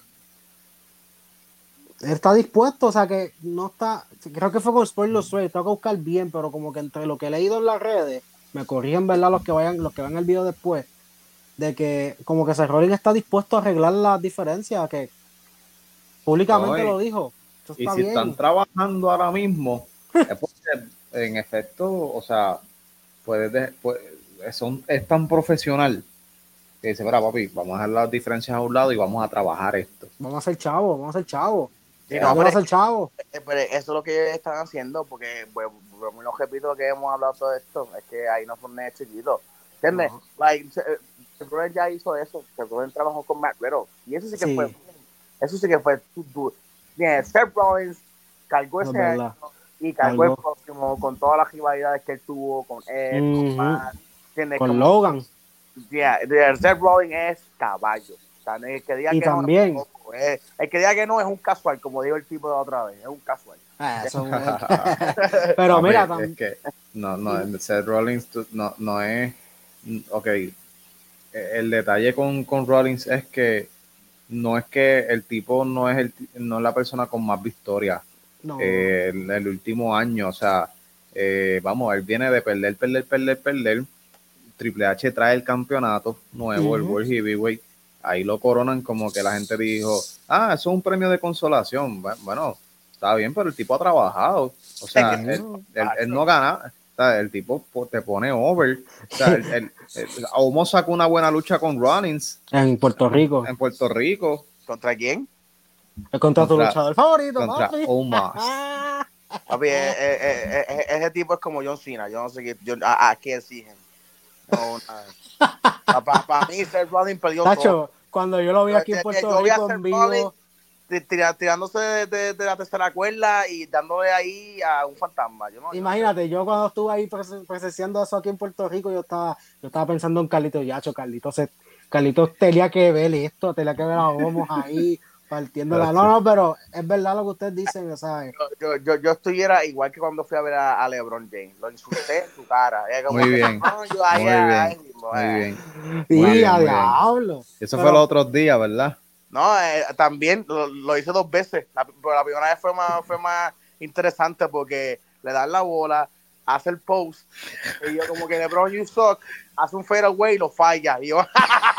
E: Él está dispuesto, o sea que no está, creo que fue con Spoiler Illustrated, tengo que buscar bien, pero como que entre lo que he leído en las redes, me corrigen, ¿verdad? Los que vayan, los que vean el video después, de que como que Seth Rollins está dispuesto a arreglar las diferencias, que públicamente no, y, lo dijo. Eso
F: y
E: está
F: si
E: bien.
F: Están trabajando ahora mismo, es porque en efecto, o sea, puedes, puede, son, es tan profesional que dice, mira papi, vamos a dejar las diferencias a un lado y vamos a trabajar esto.
E: Vamos a ser chavos, vamos a ser chavos.
G: Sí, no,
E: vamos a ser chavos.
G: Pero eso es lo que ellos están haciendo, porque, pues, no repito que hemos hablado todo esto, es que ahí no son nenes chiquitos. ¿Entiendes? Uh-huh. Like, Sebron ya hizo eso, Sebron trabajó con Matt Riddle, y eso sí que sí. fue, eso sí que fue, bien, Seth Rollins cargó ese no, año y cargó el próximo con todas las rivalidades que él tuvo con Ed, uh-huh. con Matt,
E: con Como, Logan.
G: Yeah, yeah, Seth Rollins es caballo. O sea, el que diga
E: y
G: que
E: también
G: no, es, el que diga que no es un casual, como dijo el tipo de otra vez, es un casual.
E: Ah, eso pero no, mira,
F: es que no, no, Seth Rollins no, no es, ok, el detalle con, con Rollins es que no es que el tipo no es el no es la persona con más victorias
E: no.
F: eh, el, el último año, o sea, eh, vamos, él viene de perder, perder, perder, perder. Triple H trae el campeonato nuevo, uh-huh. el World Heavyweight, ahí lo coronan como que la gente dijo, ah, eso es un premio de consolación. Bueno, está bien, pero el tipo ha trabajado, o sea, él, él, él, él no gana, o sea, el tipo te pone over, o sea, el, el, el, Omos sacó una buena lucha con Rollins
E: en Puerto Rico.
F: En Puerto Rico.
G: ¿Contra quién?
E: Contra, contra tu luchador favorito,
F: contra
E: papi.
F: Omos.
G: Papi, eh, eh, eh, eh, ese tipo es como John Cena. Yo no sé qué. Yo, a, a qué exigen. No, nada. Para pa mí, Seth Rollins perdió
E: Tacho,
G: todo.
E: cuando yo lo vi aquí en
G: Yo-
E: Puerto
G: yo vi a
E: Rico
G: Seth
E: en vivo,
G: Rollins ti- tira- tirándose de, de- de la tercera cuerda y dándole ahí a un fantasma. Yo no, yo
E: imagínate, yo cuando estuve ahí presen- presenciando eso aquí en Puerto Rico, yo estaba, yo estaba pensando en Carlitos Yacho, Carlitos, se- Carlitos tenía que ver esto, tenía que ver a Homos ahí partiéndola. No, no, pero es verdad lo que ustedes dicen, ¿sabes?
G: yo, yo, yo estuviera igual que cuando fui a ver a, a LeBron James. Lo insulté en su cara. Es como
F: Muy
G: que,
F: bien,
G: no, yo ahí,
F: muy
G: ahí
F: bien,
G: mismo,
F: muy
G: eh.
F: bien.
E: Y
F: Muy bien,
E: a
F: muy bien.
E: diablo.
F: Eso
E: Pero-
F: fue los otros días, ¿verdad?
G: No, eh, también lo, lo hice dos veces. La, pero la primera vez fue más, fue más interesante porque le dan la bola, hace el post, y yo como que LeBron, you suck, hace un fadeaway y lo falla. Y yo,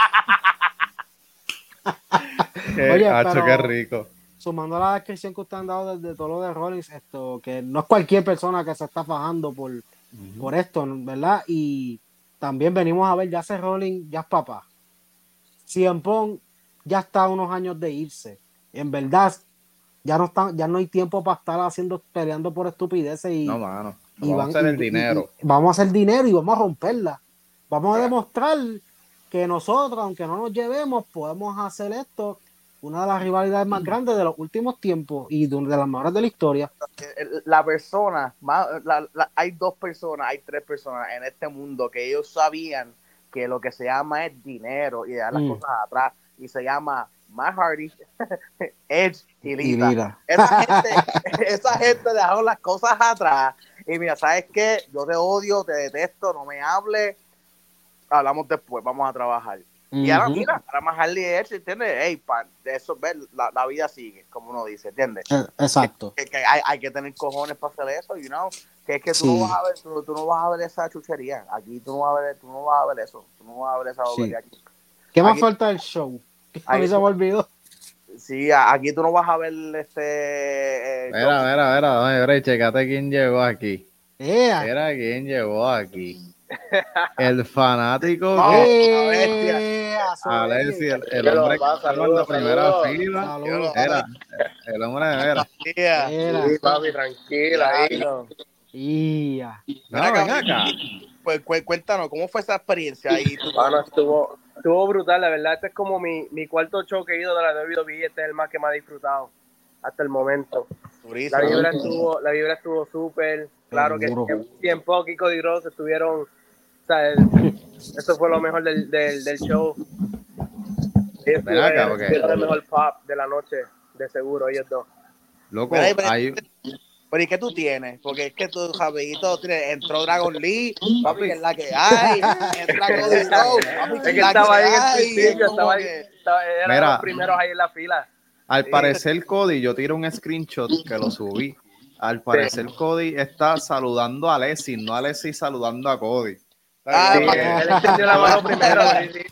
F: Qué,
E: Oye,
F: hacho,
E: pero-
F: qué rico.
E: Sumando a la descripción que ustedes han dado de, de todo lo de Rollins, esto, que no es cualquier persona que se está fajando por, por esto, ¿verdad? Y también venimos a ver, ya ese Rollins ya es papá. C M Punk ya está a unos años de irse. En verdad, ya no está, ya no hay tiempo para estar haciendo, peleando por estupideces y,
F: No, mano.
E: y
F: Vamos
E: van-
F: a hacer el
E: y- y-
F: dinero.
E: y vamos a hacer dinero y vamos a romperla. Vamos a demostrar que nosotros, aunque no nos llevemos, podemos hacer esto una de las rivalidades más grandes de los últimos tiempos y de una de las mejores de la historia.
G: la persona, más, la, la, hay dos personas, hay tres personas en este mundo que ellos sabían que lo que se llama es dinero y dejar las
E: Mm.
G: cosas atrás. Y se llama Matt Hardy, Edge y
E: Y
G: Lita.
E: Lita.
G: Esa gente, esa gente dejaron las cosas atrás. Y mira, ¿sabes qué? Yo te odio, te detesto, no me hables. Hablamos después, vamos a trabajar. Y ahora
E: Ujú.
G: mira, ahora Matt Hardy y Edge, ¿entiendes? Hey, pan, de eso, ves, la, la vida sigue, como uno dice, ¿entiendes?
E: Eh, Exacto.
G: Que, que hay, hay que tener cojones para hacer eso, you know? Que es que tú,
E: Sí.
G: no vas a ver, tú, tú no vas a ver esa chuchería. Aquí tú no vas a ver, tú no vas a ver eso. Tú no vas a ver esa
E: Sí.
G: bobería aquí.
E: ¿Qué más
G: Aquí-
E: falta del show? A mí
G: Aquí-
E: se me olvidó.
G: Sí, a- aquí tú no vas a ver este. eh,
F: Mira, mira, mira, mira, mira, checate quién llegó aquí.
E: ¡Ea!
F: Mira quién llegó aquí. El fanático
G: No.
F: que
E: ¡Ea!
F: Alexi, el, el
G: Yo lo
F: hombre que
G: paso,
F: está en la
G: saludos,
F: primera
G: saludos.
F: fila.
E: Saludos.
F: Era, el hombre de veras.
G: Mira,
E: Era.
G: sí, papi, tranquila. Ahí.
E: ¡Ia!
F: No, ven acá.
G: Pues cu- cuéntanos, ¿cómo fue esa experiencia ahí? Tú,
H: Mano, estuvo, estuvo brutal, la verdad. Este es como mi, mi cuarto show que he ido de la W W E. Este es el más que me ha disfrutado hasta el momento.
G: durísimo.
H: La vibra estuvo, la vibra estuvo súper. Claro que
E: Seguro.
H: Cien Punk y Cody Rhodes estuvieron. O sea, el- eso fue lo mejor del, del, del show. Ellos
F: Ven acá,
H: tuvieron-
F: porque-
H: tuvieron el mejor pop de la noche, de seguro, ellos dos.
F: Loco,
G: Mira, pero-
F: hay,
G: Pero ¿y qué tú tienes? Porque es que tú, rapidito, tienes, entró Dragon Lee, papi, que es la que hay, entra Cody Rhodes, papi,
H: Es
G: que
H: que
G: es la
H: estaba
G: que
H: ahí en el
G: hay,
H: principio,
G: es como
H: estaba ahí,
G: que-
H: estaba, era de
F: Mira.
H: los primeros ahí en la fila.
F: al parecer Cody, yo tiro un screenshot que lo subí. Al parecer Cody está saludando a Alexis, no a Alexis saludando a Cody.
G: Ah,
F: Como
H: Sí,
F: que-
H: él extendió la mano primero. Sí, sí.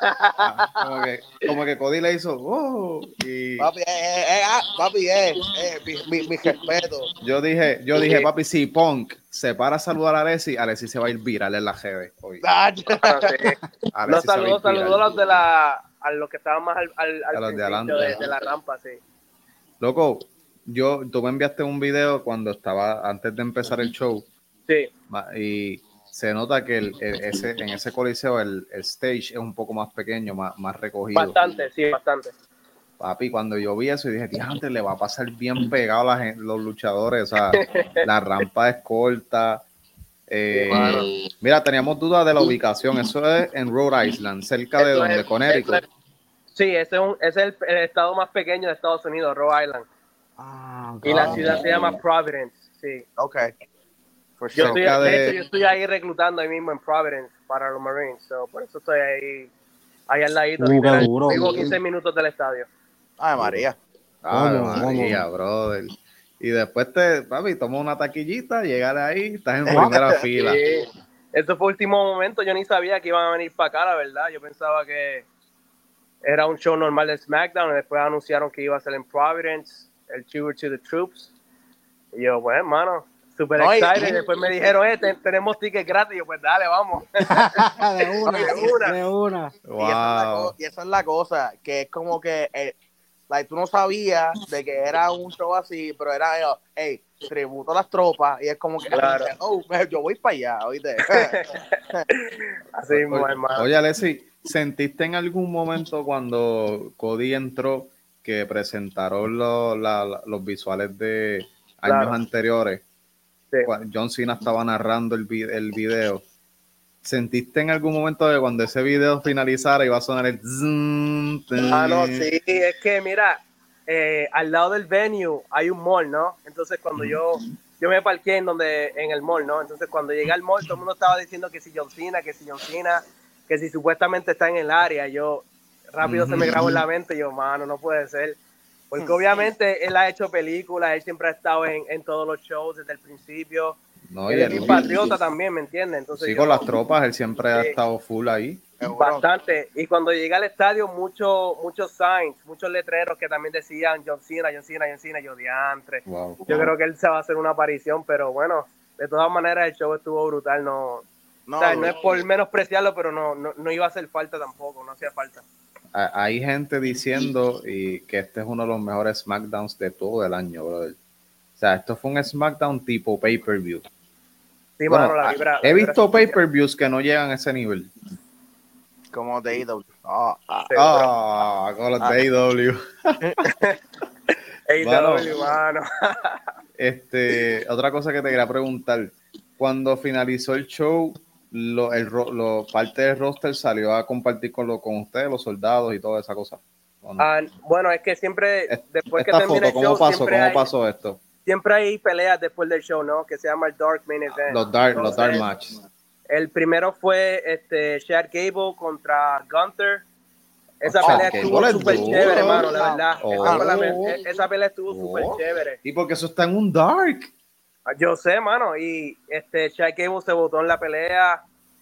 F: como que, como que Cody le hizo, oh, y
G: Papi, eh, eh, eh, ah, papi, eh, eh, mi, mi, mi respeto.
F: yo dije, yo dije, papi, si Punk se para a saludar a Alexis, Alexis se va a ir viral en la G B hoy.
G: Ah,
H: Ah, sí.
F: Alexis
H: Los
F: se va a ir
H: saludos,
F: viral.
H: saludos a los de la, a los que estaban más al, al, al
F: A los de
H: principio
F: adelante.
H: de, de la rampa, sí.
F: Loco, yo, tú me enviaste un video cuando estaba, antes de empezar el show,
H: Sí,
F: ma- y se nota que el, el- ese, en ese coliseo el, el stage es un poco más pequeño, más, más recogido.
H: bastante, sí, bastante.
F: Papi, cuando yo vi eso, dije, antes le va a pasar bien pegado a la gen- los luchadores, o sea, la rampa es corta. Eh,
H: Bueno.
F: Mira, teníamos dudas de la ubicación, eso es en Rhode Island, cerca de
H: Eso
F: donde,
H: es-
F: Connecticut.
H: eso es- Sí, ese es, un, ese es el, el estado más pequeño de Estados Unidos, Rhode Island.
E: Ah, ok.
H: Y la ciudad se llama Providence, sí.
G: ok. For
H: Yo
G: sure.
H: estoy,
F: Cerca
H: de
F: de-
H: hecho, yo estoy ahí reclutando ahí mismo en Providence para los Marines, so, por eso estoy ahí, ahí al ladito.
E: Uh, qué
H: literal.
E: duro.
H: Vivo quince minutos del estadio.
G: Ay, María.
F: Ay,
E: ¿Cómo?
F: María, brother. Y después te, papi, toma una taquillita, llegar ahí, estás en
E: Eh,
F: primera fila.
H: Sí. Eso fue último momento, yo ni sabía que iban a venir para acá, la verdad. Yo pensaba que era un show normal de SmackDown y después anunciaron que iba a ser en Providence, el Tribute to the Troops. Y yo, pues, hermano, super
G: No, y-
H: excited. Y después me dijeron, eh, te- tenemos tickets gratis. Y yo, pues, dale, vamos.
E: de una,
H: de una.
E: de una.
G: Y, esa es la
F: Wow.
G: co- y esa es la cosa, que es como que eh, like, tú no sabías de que era un show así, pero era, yo, hey, tributo a las tropas, y es como que,
H: Claro.
G: oh, yo voy para allá, oíste.
H: Así mismo,
F: Oye,
H: hermano.
F: oye, Alessi, ¿sentiste en algún momento cuando Cody entró que presentaron lo- la- la- los visuales de años
H: Claro.
F: anteriores?
H: Sí.
F: Cu- John Cena estaba narrando el, vi- el video. ¿Sentiste en algún momento que cuando ese video finalizara iba a sonar el zzzz,
H: Ah, no, sí, es que mira, eh, al lado del venue hay un mall, ¿no? Entonces cuando yo, yo me parqué en donde, en el mall, ¿no? Entonces cuando llegué al mall todo el mundo estaba diciendo que si John Cena, que si John Cena, que si supuestamente está en el área, yo rápido se me grabó en la mente y yo, mano, no puede ser. Porque obviamente él ha hecho películas, él siempre ha estado en, en todos los shows desde el principio.
F: No,
H: Él
F: y
H: es
F: el-
H: mi patriota también, ¿me entiendes? Entonces
F: sí,
H: yo-
F: con las tropas, él siempre ha
H: Sí.
F: estado full ahí.
H: Bastante. Y cuando llegué al estadio, muchos muchos signs, muchos letreros que también decían John Cena, John Cena, John Cena, yo diantre.
F: Wow.
H: Yo creo que él se va a hacer una aparición, pero bueno, de todas maneras el show estuvo brutal. No,
G: No,
H: o sea, no
G: bro.
H: es por menospreciarlo, pero no, no, no iba a hacer falta tampoco, no hacía falta.
F: Ha- Hay gente diciendo y que este es uno de los mejores SmackDowns de todo el año, brother. O sea, esto fue un SmackDown tipo pay-per-view.
H: Sí,
F: Bueno,
H: mano, la
F: ah,
H: vibra.
F: he
H: la vibra
F: visto
H: se-
F: pay-per-views que no llegan a ese nivel.
G: Como de I W. Ah, ah.
H: Sí,
F: Ah, con los de A E W.
H: A E W, mano.
F: Este, otra cosa que te quería preguntar. Cuando finalizó el show, lo, el, ro- lo- parte del roster salió a compartir con, lo, con ustedes, los soldados y toda esa cosa. ¿O no?
H: Ah, bueno, es que siempre,
F: Es-
H: después que
F: Esta
H: termina
F: foto,
H: el
F: ¿cómo
H: show,
F: pasó?
H: siempre,
F: ¿Cómo
H: hay,
F: pasó esto?
H: siempre hay peleas después del show, ¿no? Que se llama el Dark Main Event.
F: Los dark, los dark
H: Entonces,
F: matches.
H: el primero fue este Chad Gable contra Gunther. Esa
F: Oh,
H: pelea
F: Gable
H: estuvo
F: es
H: súper
F: duro.
H: chévere, hermano, la verdad.
F: Oh.
H: Esa, fue la pe- esa pelea estuvo
F: Oh.
H: súper chévere.
F: Y porque eso está en un dark.
H: Yo sé, mano, y este Chad Gable se botó en la pelea.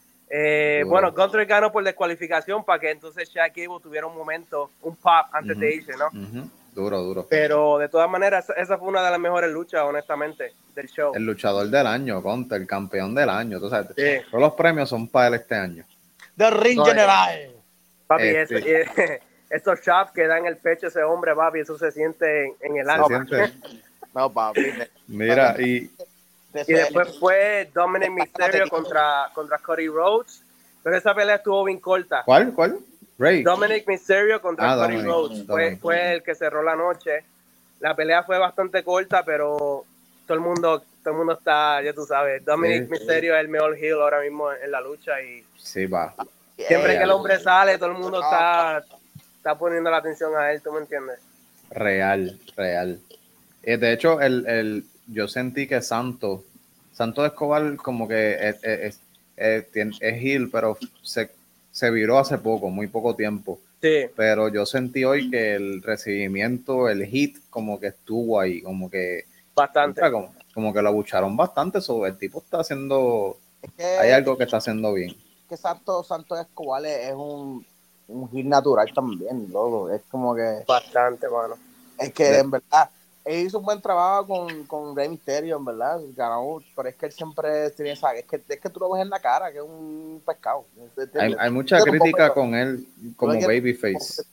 H: Eh,
F: Duro.
H: bueno, Gunther ganó por descualificación para que entonces Chad Gable tuviera un momento, un pop antes de irse, ¿no?
F: Ujú. Duro, duro.
H: Pero de todas maneras, esa- esa fue una de las mejores luchas, honestamente, del show.
F: El luchador del año, Conte, el campeón del año. Tú sabes,
H: Sí.
F: todos los premios son para él este año.
G: The Ring
H: No,
G: General.
H: Papi,
F: Este.
H: eso- eh, esos chops que da en el pecho ese hombre, papi, eso se siente en, en el
F: ¿Se
H: alma.
F: siente?
G: No, papi. de-
F: Mira, y
G: de-
H: Y después fue Dominic Mysterio contra, contra Cody Rhodes, pero esa pelea estuvo bien corta.
F: ¿cuál? ¿Cuál? Ray.
H: Dominic Mysterio contra
F: Ah,
H: Cody
F: Dominic,
H: Rhodes fue,
F: Dominic.
H: fue el que cerró la noche. La pelea fue bastante corta, pero todo el mundo, todo el mundo está, ya tú sabes, Dominic
F: Sí.
H: Mysterio es el mejor heel ahora mismo en la lucha y
F: Sí, va.
H: siempre
G: Eh,
H: que el hombre sale, todo el mundo está, está poniendo la atención a él, ¿tú me entiendes?
F: Real, real. Eh, de hecho, el, el, yo sentí que Santos, Santos Escobar como que es, es, es, es, tien- es heel, pero se, se viró hace poco, muy poco tiempo.
H: Sí,
F: Pero yo sentí hoy que el recibimiento, el hit, como que estuvo ahí, como que,
H: bastante.
F: o sea, como, como que lo abucharon bastante. Sobre el tipo está haciendo,
G: es que,
F: hay algo que está haciendo bien.
G: que Santos Santos Escobar es es un, un hit natural también, loco. Es como que,
H: Bastante, mano.
G: es que en verdad, él hizo un buen trabajo con, con Rey Mysterio, en verdad. Ganó, pero es que él siempre tiene esa, es que, es que tú lo ves en la cara, que es un pescado.
F: Hay, hay mucha
G: Pero,
F: crítica
G: pero-
F: con él como
G: pero-
F: babyface.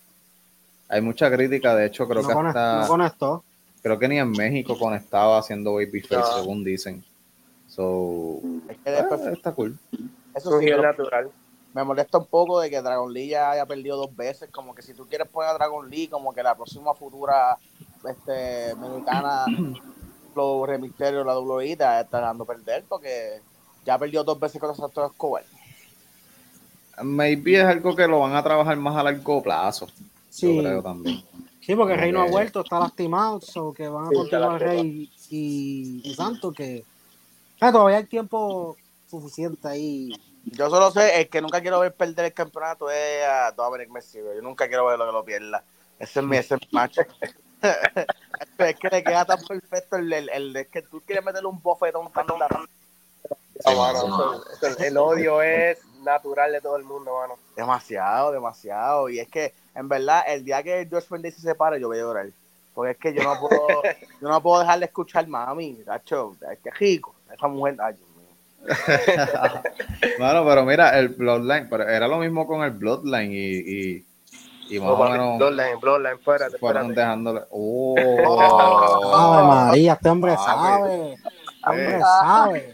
F: Hay mucha crítica, de hecho, creo
E: no,
F: que
E: conect-
F: hasta...
E: no conectó.
F: Creo que ni en México conectaba haciendo babyface,
H: No.
F: según dicen. So,
G: Es que después,
F: eh, está cool.
H: Es
G: eso
H: un
G: sí,
H: heel
G: pero
H: natural.
G: me molesta un poco de que Dragon Lee ya haya perdido dos veces. Como que si tú quieres poner a Dragon Lee, como que la próxima futura este, mexicana, los Rey Mysterio, la W I, te está dando a perder porque ya perdió dos veces con Santos Escobar.
F: Maybe es algo que lo van a trabajar más a largo plazo.
E: Sí.
F: Yo creo también.
E: Sí, porque
F: Como
E: Rey no ha
F: que-
E: vuelto, está lastimado, so que van a
H: Sí, está
E: continuar
H: lastimado.
E: Rey y, y Santos, que ah, todavía hay tiempo suficiente ahí.
G: Yo solo sé, el que nunca quiero ver perder el campeonato es a Dominic Mysterio. Yo nunca quiero verlo que lo pierda. Ese es mi, ese es mi macho. Es que le queda tan perfecto el, el, el- es que tú quieres meterle un bofetón tan tan-
H: Ah, mano, eso- eso- el odio es natural de todo el mundo, mano.
G: demasiado, demasiado. Y es que, en verdad, el día que George Mendes se separe, yo voy a llorar. Porque es que yo no puedo, yo no puedo dejar de escuchar mami, tacho, es que rico. Esa mujer, ay, Dios mío.
F: Bueno, pero mira, el Bloodline, pero era lo mismo con el Bloodline y, y, Y más
H: No,
F: o
H: papi,
F: menos
H: Bloodline, Bloodline, espérate,
F: fueron
H: espérate.
F: dejándole. ¡Oh!
E: Ave María, este hombre
F: Papi.
E: sabe. Este hombre
F: Eh.
E: sabe.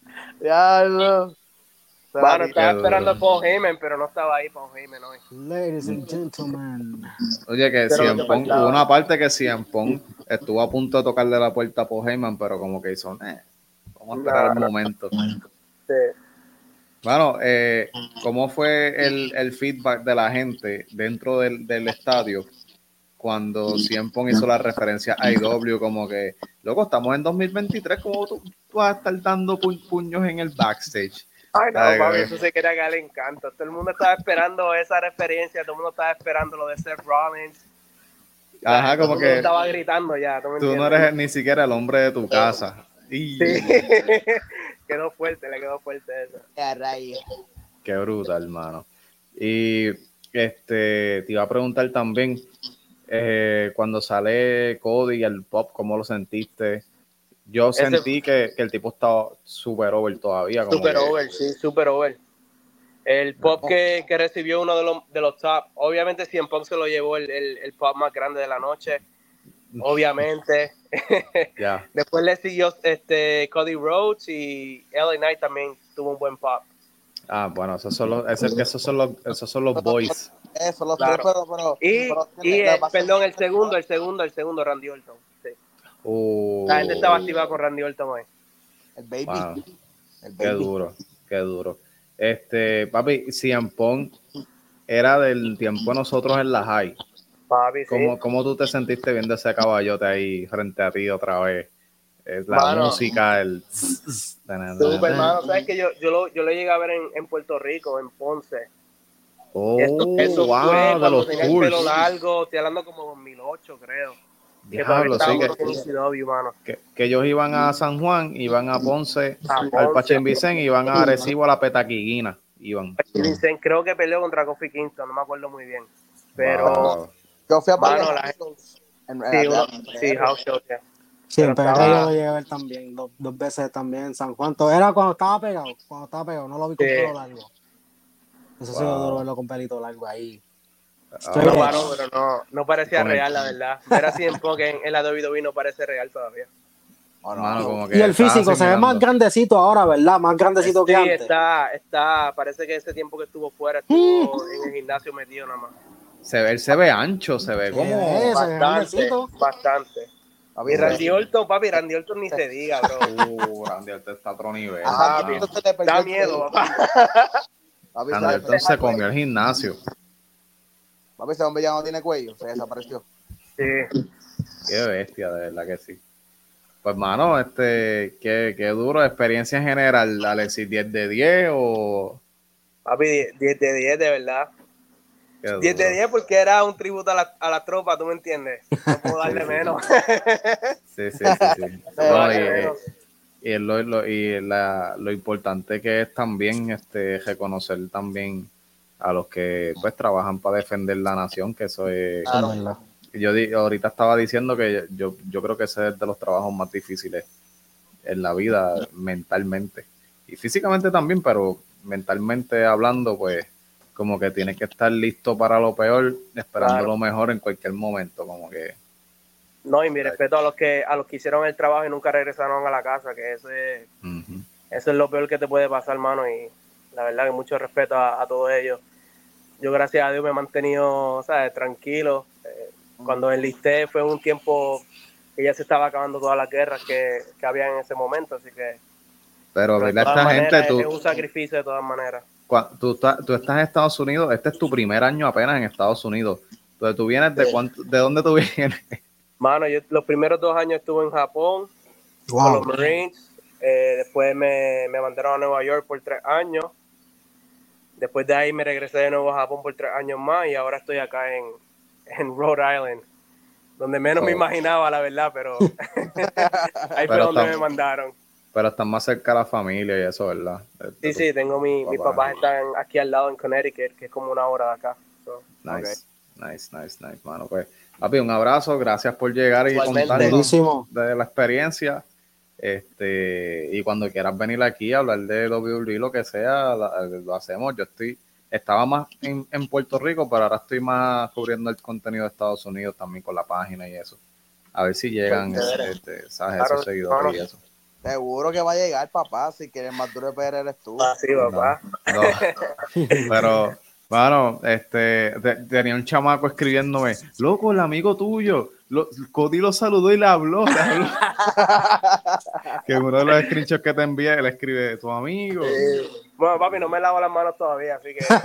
G: Ya, no.
H: Mano, estaba
F: Qué
H: esperando a
F: duro.
H: Paul Heyman, pero no estaba ahí Paul Heyman hoy.
E: Ladies and gentlemen.
F: Oye, que
H: Pero lo
F: C M
H: que
F: Punk,
H: faltaba.
F: hubo una parte que C M Punk estuvo a punto de tocarle la puerta a Paul Heyman, pero como que hizo, eh, vamos a esperar el
H: Nah,
F: momento.
H: Sí.
F: Bueno, eh, ¿cómo fue el, el feedback de la gente dentro del, del estadio cuando C M Punk hizo la referencia a I W? Como que, loco, estamos en dos mil veintitrés, ¿cómo tú, tú vas a estar dando pu- puños en el backstage?
H: Ay, no,
F: Ay,
H: papi,
F: que-
H: eso se quería que le encanta. Todo el mundo estaba esperando esa referencia, todo el mundo estaba esperando lo de Seth Rollins.
F: Ajá,
H: Todo
F: como
H: el mundo
F: que
H: estaba gritando ya, ¿tú me
F: tú no
H: entiendes?
F: eres ni siquiera el hombre de tu casa. Y,
H: Sí. Quedó fuerte, le quedó fuerte eso.
G: Ya, rayos.
F: Qué brutal, hermano. Y este, te iba a preguntar también, eh, cuando sale Cody y el pop, ¿cómo lo sentiste? Yo
H: Ese-
F: sentí que, que el tipo estaba super over todavía. Como
H: Super
F: que,
H: over, sí, super over. El pop que, que recibió uno de los, de los top, obviamente C M Punk se lo llevó el, el, el pop más grande de la noche, obviamente.
F: ya.
H: Después le siguió este, Cody Rhodes y L A Knight también tuvo un buen pop.
F: Ah, bueno, esos son los, esos, esos son los, esos son los boys.
G: Eso, los
H: Claro.
G: tres, pero, pero,
H: Y,
G: pero-
H: y
G: lo que
H: eh,
G: pasa
H: perdón,
G: es
H: el
G: que-
H: segundo, el segundo, el segundo, Randy Orton. Sí.
F: Uh,
H: La gente estaba activada con Randy Orton hoy.
G: El baby.
F: wow,
G: El
F: qué
G: baby.
F: duro, qué duro. Este, papi, C M Punk era del tiempo de nosotros en la high.
H: Papi, sí.
F: ¿Cómo, ¿Cómo tú te sentiste viendo ese caballote ahí frente a ti otra vez? Es la
H: Mano.
F: música, el...
H: Super, hermano, sabes que yo, yo, lo, yo lo llegué a ver en, en Puerto Rico, en Ponce.
F: Oh,
H: Eso, eso
F: wow,
H: fue
F: de
H: cuando
F: los
H: tenía el pelo
F: tours.
H: largo, estoy hablando como dos mil ocho, creo. Que todavía
F: Diablo, sí,
H: estábamos
F: que,
H: en E C W, mano.
F: que, que ellos iban a San Juan, iban a Ponce,
H: A
F: al
H: Ponce.
F: Pachín Vicente, y iban a Arecibo a la Petaquiguina. Iban.
H: Vincent, creo que peleó contra Kofi Kingston, no me acuerdo muy bien. Pero,
F: Wow.
G: Yo fui a
H: Mano,
G: varios
H: la-
G: shows en-
H: sí,
G: en-
H: uno,
G: en-
H: sí, house show, yeah.
E: Sí, en
H: Pero
E: P R
H: estaba-
E: yo lo llegué a ver también, dos, dos veces también en San Juan. Todo era cuando estaba pegado, cuando estaba pegado, no lo vi con
H: Sí.
E: pelo largo. Eso sí,
F: Wow.
E: duro verlo con pelito largo ahí.
F: Ah,
H: No,
E: Straight
H: mano,
E: edge.
H: pero no, no parecía
F: Con el-
H: real, la verdad. Ver así en Punk en, en la W W E no parece real todavía.
G: Oh, no,
F: Mano,
G: no.
F: como que
E: Y el
F: estaba
E: físico se ve más
F: asimilando.
E: grandecito ahora, ¿verdad? Más grandecito que
H: Sí,
E: antes.
H: está, está, parece que ese tiempo que estuvo fuera estuvo en el gimnasio metido nada más.
F: Se ve, él se ve ancho, se ve
E: Se
F: como...
E: ve, se ve
H: Bastante,
E: grandecito.
H: bastante.
G: Papi,
H: Y
G: se-
H: Randy Orton, papi, Randy Orton ni se diga, bro.
F: Uh, Randy Orton está a otro nivel.
G: Ajá,
F: mano.
G: entonces te perdió
H: Da
G: el
H: miedo,
G: pelo.
H: papá.
G: Papi,
F: Randy
G: ¿sabes?
F: Orton se comió el gimnasio.
G: Papi, ese hombre ya no tiene cuello, se desapareció.
H: Sí.
F: Qué bestia, de verdad que sí. Pues, mano, este, qué, qué duro. Experiencia en general, Alexis, diez de diez o...
H: Papi, diez de diez, de verdad.
F: Qué duro.
H: diez de diez porque era un tributo a la, a la tropa, ¿tú me entiendes? No puedo darle
F: Sí, sí.
H: menos.
F: Sí, sí, sí, sí.
H: No puedo
F: No,
H: darle
F: y
H: menos.
F: y, es lo, lo- y la, lo importante que es también este, reconocer también a los que pues trabajan para defender la nación, que eso es...
E: Eso es verdad.
F: Yo di- ahorita estaba diciendo que yo, yo creo que ese es de los trabajos más difíciles en la vida mentalmente y físicamente también, pero mentalmente hablando, pues como que tienes que estar listo para lo peor, esperando
H: Claro.
F: lo mejor en cualquier momento, como que
H: No, y mi respeto a los que a los que hicieron el trabajo y nunca regresaron a la casa, que eso es,
F: ujú.
H: eso es lo peor que te puede pasar, hermano, y la verdad que mucho respeto a, a todos ellos. Yo, gracias a Dios, me he mantenido, ¿sabes?, tranquilo. Eh, cuando enlisté fue un tiempo que ya se estaba acabando todas las guerras que, que había en ese momento, así que
F: pero
H: de
F: dile a
H: todas
F: esta
H: maneras,
F: gente,
H: es, es
F: tú,
H: un sacrificio de todas maneras.
F: cua- tú, estás- tú estás en Estados Unidos, este es tu primer año apenas en Estados Unidos, entonces tú vienes de
H: Sí.
F: cuánto, ¿de dónde tú vienes?
H: Mano, yo los primeros dos años estuve en Japón con
E: Wow.
H: los Marines, eh, después me, me mandaron a Nueva York por tres años, después de ahí me regresé de nuevo a Japón por tres años más y ahora estoy acá en, en Rhode Island, donde menos
F: Oh.
H: me imaginaba, la verdad, pero ahí fue
F: Pero
H: donde
F: está-
H: me mandaron.
F: Pero estás más cerca de la familia y eso, ¿verdad? De- de
H: Sí,
F: tu-
H: sí, tengo mi, mis
F: papá.
H: papás están aquí al lado en Connecticut, que es como una hora de acá. So,
F: Nice, nice, nice, nice, mano. Pues, papi, un abrazo, gracias por llegar y
H: Igualmente.
F: contarnos
E: Buenísimo.
F: de la experiencia. Este, y cuando quieras venir aquí a hablar de W W E, lo que sea, la- lo hacemos. Yo estoy estaba más en, en Puerto Rico, pero ahora estoy más cubriendo el contenido de Estados Unidos también con la página y eso. A ver si llegan ese, este, ¿sabes?
H: Claro,
F: esos seguidores y eso.
I: Seguro que va a llegar, papá. Si quieres más duro de P R eres tú.
H: Ah, sí, papá.
F: No, no. Pero, bueno, este, te- tenía un chamaco escribiéndome, loco, el amigo tuyo, lo, Cody lo saludó y le habló, le habló. Que uno de los screenshots que te envié, él escribe, tu amigo.
H: Bueno, papi, no me lavo las manos todavía, así que...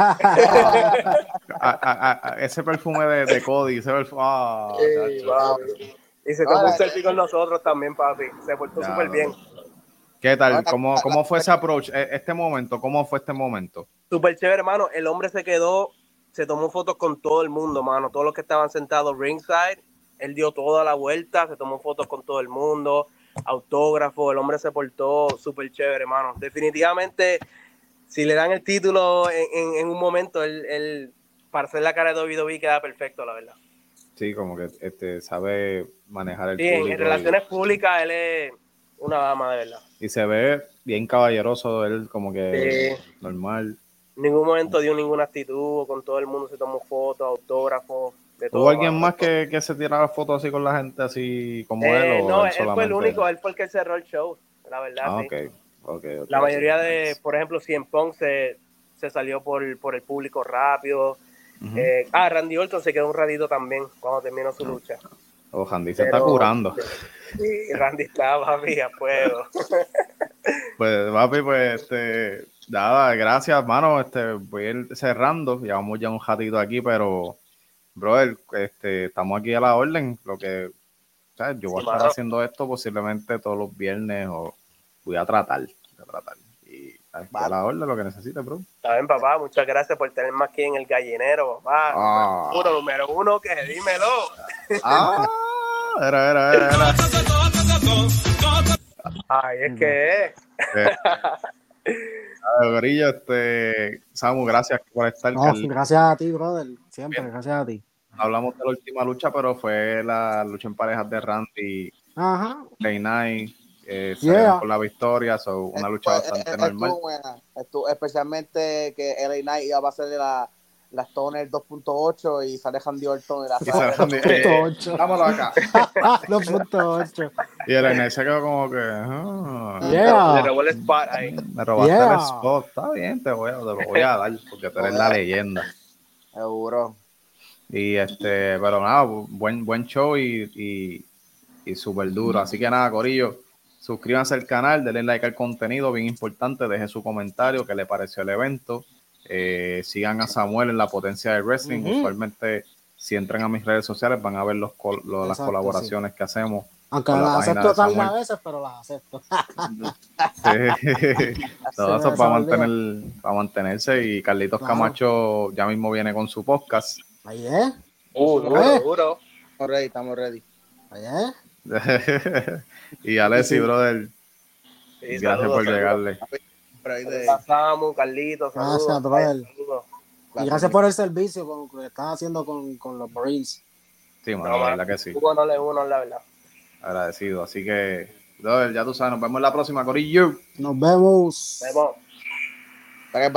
F: A- a- a- ese perfume de, de Cody, ese perfume, ah,
H: Sí,
F: chacho.
H: papi. Y se tomó un selfie con nosotros también, papi. Se portó
F: Ya,
H: súper
F: no.
H: bien.
F: ¿Qué tal?
I: Ahora,
F: ¿Cómo,
I: la-
F: cómo fue ese approach? E- Este momento, ¿cómo fue este momento?
H: Súper chévere, hermano. El hombre se quedó, se tomó fotos con todo el mundo, mano. Todos los que estaban sentados ringside, él dio toda la vuelta, se tomó fotos con todo el mundo, autógrafo. El hombre se portó súper chévere, hermano. Definitivamente, si le dan el título en, en, en un momento, él, él, para hacer la cara de W W E queda perfecto, la verdad.
F: Sí, como que este, sabe manejar el
H: Sí, en,
F: público.
H: en relaciones públicas, él es una dama, de verdad.
F: Y, y se ve bien caballeroso, él como que
H: Sí.
F: normal.
H: En ningún momento dio ninguna actitud, con todo el mundo se tomó fotos, autógrafos, de todo.
F: ¿Hubo alguien
H: mano.
F: más que, que se tirara fotos así con la gente, así como
H: Eh,
F: él? ¿O
H: no,
F: él
H: él fue el
F: solamente?
H: único, él fue el que cerró el show, la verdad,
F: Ah,
H: sí.
F: ok. okay, ok,
H: La mayoría
F: ok,
H: de,
F: nice.
H: por ejemplo, C M Punk se, se salió por, por el público rápido.
F: Ujú.
H: Eh, ah, Randy Orton se quedó un ratito también cuando terminó su lucha.
F: Oh, Randy se
H: Pero-
F: está curando.
H: Sí, Randy estaba, papi, a fuego.
F: Pues, papi, pues, este, nada, gracias, hermano. Este, voy a ir cerrando. Llevamos ya un ratito aquí, pero, brother, este, estamos aquí a la orden. Lo que, ¿sabes? Yo voy a
H: Sí,
F: estar
H: mano.
F: haciendo esto posiblemente todos los viernes o voy a tratar, voy a tratar. Y aquí a la orden lo que necesites, bro.
H: Está bien, papá, muchas gracias por tenerme aquí en el gallinero, papá.
F: Ah.
H: Uno, número uno, que dímelo.
F: Ah, era, era, era, era.
H: Ay, es que es.
F: Eh, a ver, Gorillo, este, Samu, gracias por estar.
E: No,
F: Carl-
E: gracias a ti, brother. Siempre, gracias a ti.
F: Hablamos de la última lucha, pero fue la lucha en parejas de Randy
E: Ajá.
F: Day Night. Eh,
E: Yeah.
F: salieron con la victoria, so, una lucha
I: Estuvo-
F: bastante
I: eh,
F: normal.
I: Estuvo buena. Estuvo- especialmente que L A Knight iba a ser de la, la Stoner dos punto ocho y sale Randy Orton de la
F: Y se Randy, eh,
E: punto ocho.
F: dámelo acá.
E: dos punto ocho.
F: Y el N se quedó como que, ah,
H: Le
E: Yeah.
H: robó el spot ahí.
F: me robaste
E: Yeah.
F: el spot. Está bien, te, voy a, te lo voy a dar, porque tú eres la leyenda.
I: Seguro.
F: Y este, pero nada, buen, buen show y, y, y súper duro. Así que nada, Corillo, suscríbanse al canal, denle like al contenido, bien importante, dejen su comentario, qué le pareció el evento. Eh, sigan a Samuel en la potencia del wrestling.
E: Ujú.
F: Usualmente, si entran a mis redes sociales, van a ver los, col- lo- las
E: Exacto,
F: colaboraciones que hacemos.
E: Aunque
F: con la
E: las
F: página
E: acepto
F: de
E: tarde
F: Samuel.
E: a veces, pero las acepto.
F: Sí. Todo
E: Se
F: eso
E: me
F: para,
E: olvida.
F: mantener, para mantenerse. Y Carlitos
E: Claro.
F: Camacho ya mismo viene con su podcast.
E: Ahí es,
H: Uh, duro,
E: Eh.
H: duro.
I: Estamos ready, estamos ready.
E: ahí es.
F: Y Alessi,
E: Sí.
F: brother,
H: Sí,
F: gracias
H: saludos,
F: por
H: saludos.
F: llegarle.
I: Por ahí de-
H: Saludos a Samu, Carlitos, saludos.
E: Gracias, brother.
H: Saludos.
E: Y gracias por el servicio con lo que estás haciendo con, con los Marines.
F: Sí, mano,
H: No,
F: la
H: man,
F: verdad que sí.
H: uno le uno, la verdad.
F: Agradecido. Así que, brother, ya tú sabes, nos vemos en la próxima, Corillo.
E: Nos vemos.
H: Vemos.
I: Para que